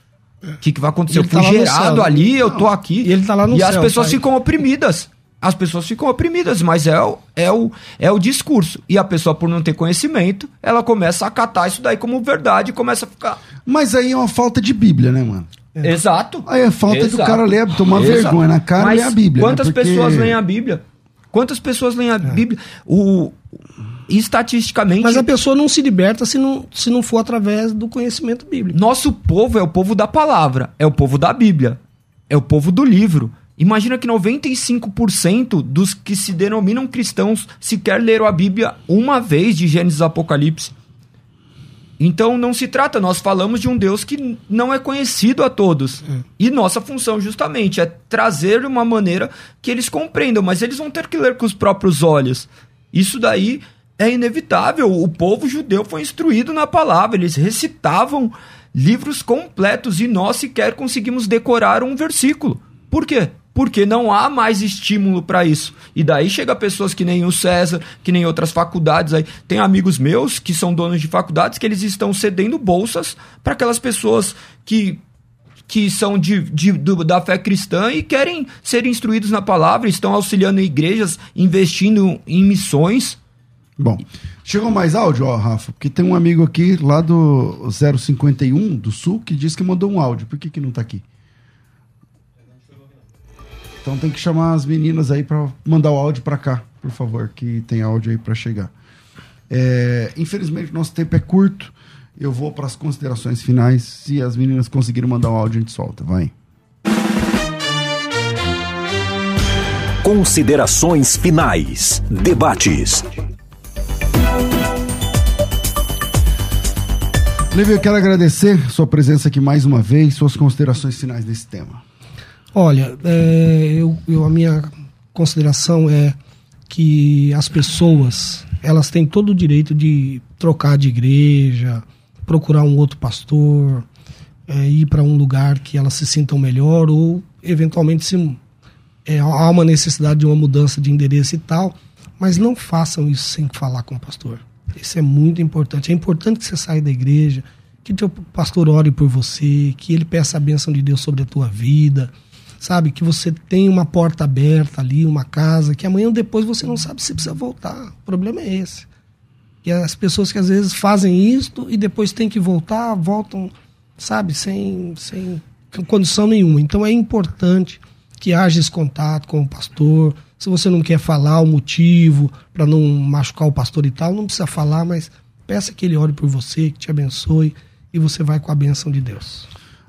E: O que, que vai acontecer? Eu fui tá gerado ali, não, eu tô aqui.
D: E ele tá lá no
E: e
D: céu,
E: as pessoas
D: pai.
E: ficam oprimidas. As pessoas ficam oprimidas, mas é o, é, o, é o discurso. E a pessoa, por não ter conhecimento, ela começa a acatar isso daí como verdade e começa a ficar...
C: Mas aí é uma falta de Bíblia, né, mano?
E: É. Exato.
C: Aí é falta
E: Exato.
C: do cara ler, tomar
E: Exato.
C: vergonha na cara e ler a Bíblia.
E: Quantas
C: né? Porque...
E: pessoas leem a Bíblia? Quantas pessoas leem a é. Bíblia? O... Estatisticamente...
D: Mas a pessoa não se liberta se não, se não for através do conhecimento bíblico.
E: Nosso povo é o povo da palavra, é o povo da Bíblia, é o povo do livro. Imagina que noventa e cinco por cento dos que se denominam cristãos sequer leram a Bíblia uma vez de Gênesis a Apocalipse. Então não se trata, nós falamos de um Deus que não é conhecido a todos. É. E nossa função justamente é trazer de uma maneira que eles compreendam, mas eles vão ter que ler com os próprios olhos. Isso daí é inevitável. O povo judeu foi instruído na palavra, eles recitavam livros completos e nós sequer conseguimos decorar um versículo. Por quê? Porque não há mais estímulo para isso. E daí chega pessoas que nem o César, que nem outras faculdades. Aí tem amigos meus que são donos de faculdades que eles estão cedendo bolsas para aquelas pessoas que, que são de, de, do, da fé cristã e querem ser instruídos na palavra, estão auxiliando igrejas, investindo em missões.
C: Bom, chegou mais áudio, ó, Rafa? Porque tem um amigo aqui lá do zero cinquenta e um do Sul que disse que mandou um áudio. Por que que não tá aqui? Então tem que chamar as meninas aí para mandar o áudio para cá, por favor, que tem áudio aí para chegar. É, infelizmente, nosso tempo é curto. Eu vou para as considerações finais. Se as meninas conseguirem mandar o áudio, a gente solta. Vai.
A: Considerações finais. Debates.
C: Levi, eu quero agradecer sua presença aqui mais uma vez, suas considerações finais desse tema.
D: Olha, é, eu, eu, a minha consideração é que as pessoas, elas têm todo o direito de trocar de igreja, procurar um outro pastor, é, ir para um lugar que elas se sintam melhor ou, eventualmente, se é, há uma necessidade de uma mudança de endereço e tal, mas não façam isso sem falar com o pastor. Isso é muito importante. É importante que você saia da igreja, que o teu pastor ore por você, que ele peça a bênção de Deus sobre a tua vida, sabe, que você tem uma porta aberta ali, uma casa, que amanhã ou depois você não sabe se precisa voltar. O problema é esse. E as pessoas que às vezes fazem isto e depois tem que voltar, voltam, sabe, sem, sem condição nenhuma. Então é importante que haja esse contato com o pastor. Se você não quer falar o motivo para não machucar o pastor e tal, não precisa falar, mas peça que ele ore por você, que te abençoe e você vai com a bênção de Deus.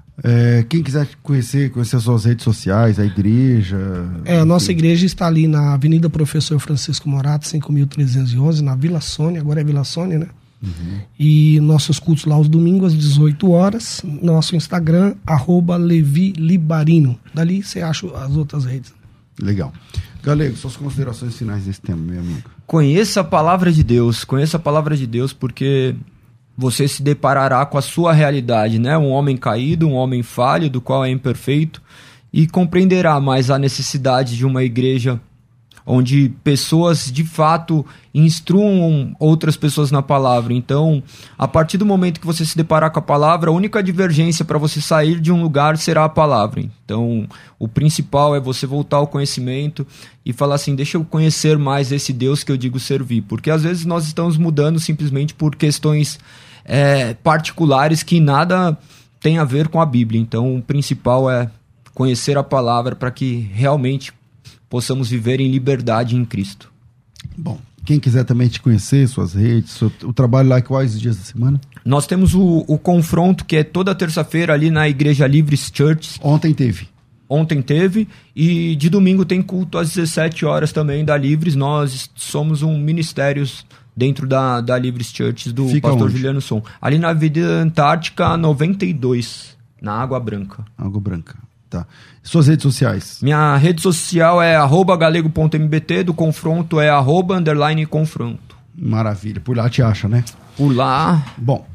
C: É, quem quiser conhecer, conhecer as suas redes sociais, a igreja...
D: É, a nossa igreja está ali na Avenida Professor Francisco Morato, cinco mil trezentos e onze, na Vila Sônia, agora é Vila Sônia, né? Uhum. E nossos cultos lá aos domingos às dezoito horas, nosso Instagram, arroba Levi Libarino. Dali você acha as outras redes.
C: Legal. Galego, suas considerações finais desse tema, meu amigo.
E: Conheça a palavra de Deus, conheça a palavra de Deus porque... você se deparará com a sua realidade, né? Um homem caído, um homem falho, do qual é imperfeito, e compreenderá mais a necessidade de uma igreja onde pessoas, de fato, instruam outras pessoas na palavra. Então, a partir do momento que você se deparar com a palavra, a única divergência para você sair de um lugar será a palavra. Então, o principal é você voltar ao conhecimento e falar assim, deixa eu conhecer mais esse Deus que eu digo servir. Porque, às vezes, nós estamos mudando simplesmente por questões é, particulares que nada tem a ver com a Bíblia. Então, o principal é conhecer a palavra para que realmente possamos viver em liberdade em Cristo.
C: Bom, quem quiser também te conhecer, suas redes, seu, o trabalho lá, quais dias da semana?
E: Nós temos o, o confronto, que é toda terça-feira ali na Igreja Livres Church.
C: Ontem teve.
E: Ontem teve, e de domingo tem culto às dezessete horas também da Livres. Nós somos um ministério dentro da, da Livres Church do
C: Fica
E: pastor
C: onde?
E: Juliano Som. Ali na Avenida Antártica noventa e dois, na Água Branca.
C: Água Branca. Tá. Suas redes sociais?
E: Minha rede social é arroba galego ponto m b t, do confronto é arroba underline confronto.
C: Maravilha, por lá te acha, né?
E: Por lá.
C: Bom,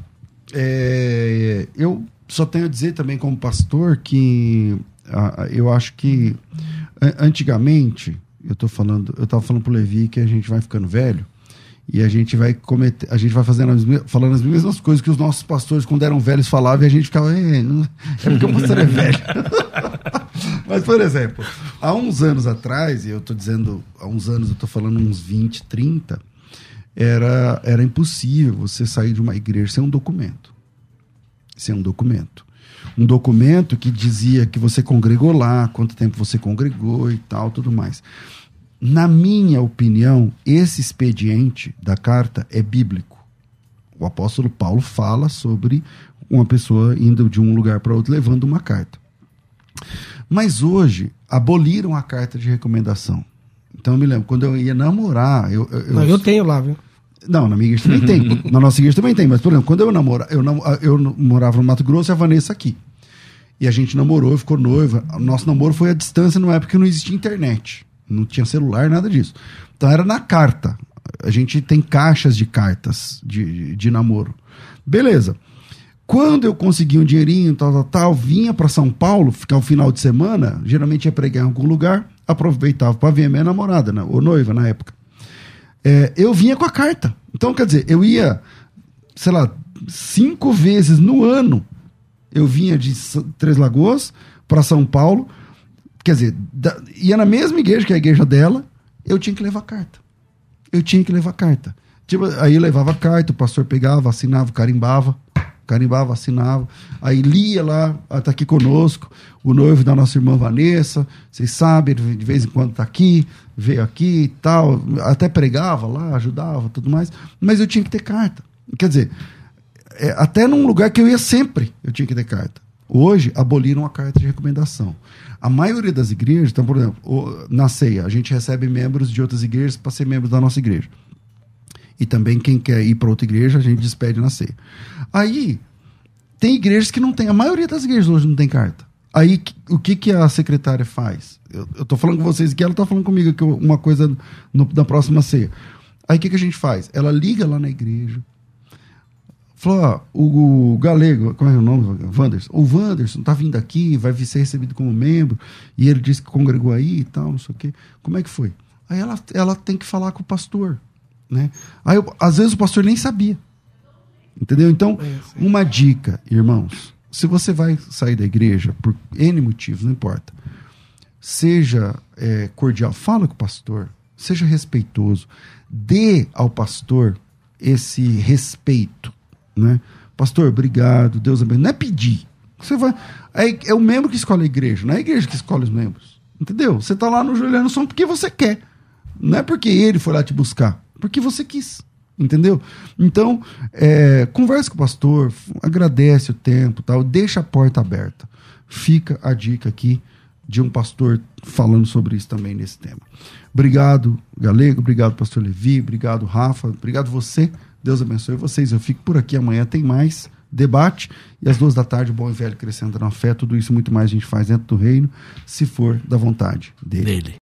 C: é, eu só tenho a dizer também como pastor que ah, eu acho que antigamente, eu tô falando, eu tava falando pro Levi que a gente vai ficando velho e a gente vai cometer, a gente vai fazendo as, falando as mesmas coisas que os nossos pastores, quando eram velhos, falavam, e a gente ficava, é, não, é porque o pastor é velho. Mas, por exemplo, há uns anos atrás, e eu tô dizendo, há uns anos, eu tô falando uns vinte, trinta, era, era impossível você sair de uma igreja sem um documento. Sem um documento. Um documento que dizia que você congregou lá, quanto tempo você congregou e tal, tudo mais. Na minha opinião, esse expediente da carta é bíblico. O apóstolo Paulo fala sobre uma pessoa indo de um lugar para outro levando uma carta. Mas hoje, aboliram a carta de recomendação. Então eu me lembro, quando eu ia namorar... Eu, eu,
D: Não, eu tenho lá, viu?
C: Não, na minha igreja também tem. Na nossa igreja também tem. Mas, por exemplo, quando eu namorava, eu, nam- eu morava no Mato Grosso e a Vanessa aqui. E a gente namorou, ficou noiva. O nosso namoro foi à distância numa época que não existia internet. Não tinha celular, nada disso. Então era na carta. A gente tem caixas de cartas de, de namoro. Beleza. Quando eu consegui um dinheirinho, tal, tal, tal, vinha para São Paulo, ficar o final de semana, geralmente ia pregar em algum lugar, aproveitava para ver a minha namorada, né, ou noiva na época. É, eu vinha com a carta. Então, quer dizer, eu ia, sei lá, cinco vezes no ano, eu vinha de Três Lagoas para São Paulo, quer dizer, da, ia na mesma igreja que a igreja dela, eu tinha que levar carta. Eu tinha que levar carta. Tipo, aí eu levava carta, o pastor pegava, assinava, carimbava, carimbava, assinava, aí lia lá, está aqui conosco, o noivo da nossa irmã Vanessa, vocês sabem, de vez em quando está aqui, veio aqui e tal, até pregava lá, ajudava, tudo mais, mas eu tinha que ter carta. Quer dizer, é, até num lugar que eu ia sempre, eu tinha que ter carta. Hoje, aboliram a carta de recomendação. A maioria das igrejas, então, por exemplo, na ceia, a gente recebe membros de outras igrejas para ser membros da nossa igreja. E também quem quer ir para outra igreja, a gente despede na ceia. Aí, tem igrejas que não tem, a maioria das igrejas hoje não tem carta. Aí, o que, que a secretária faz? Eu, eu tô falando com vocês aqui, ela tá falando comigo aqui uma coisa no, na próxima ceia. Aí, o que, que a gente faz? Ela liga lá na igreja, falou, ó, o, o Galego, como é o nome? Wanderson. O Wanderson tá vindo aqui, vai ser recebido como membro, e ele disse que congregou aí e tal, não sei o quê. Como é que foi? Aí ela, ela tem que falar com o pastor. Né? Aí, eu, às vezes o pastor nem sabia, entendeu? Então, uma dica, irmãos, se você vai sair da igreja por N motivos, não importa, seja é, cordial, fala com o pastor, seja respeitoso, dê ao pastor esse respeito, né? Pastor, obrigado, Deus abençoe. Não é pedir, você vai, é, é o membro que escolhe a igreja, não é a igreja que escolhe os membros, entendeu? Você está lá no Juliano Som porque você quer, não é porque ele foi lá te buscar, porque você quis, entendeu? Então, é, converse com o pastor, agradece o tempo, tal, deixa a porta aberta. Fica a dica aqui de um pastor falando sobre isso também nesse tema. Obrigado, Galego, obrigado, pastor Levi, obrigado, Rafa, obrigado você, Deus abençoe vocês. Eu fico por aqui, amanhã tem mais debate, e às duas da tarde, o Bom e Velho Crescendo na Fé, tudo isso e muito mais a gente faz dentro do reino, se for da vontade dele. dele.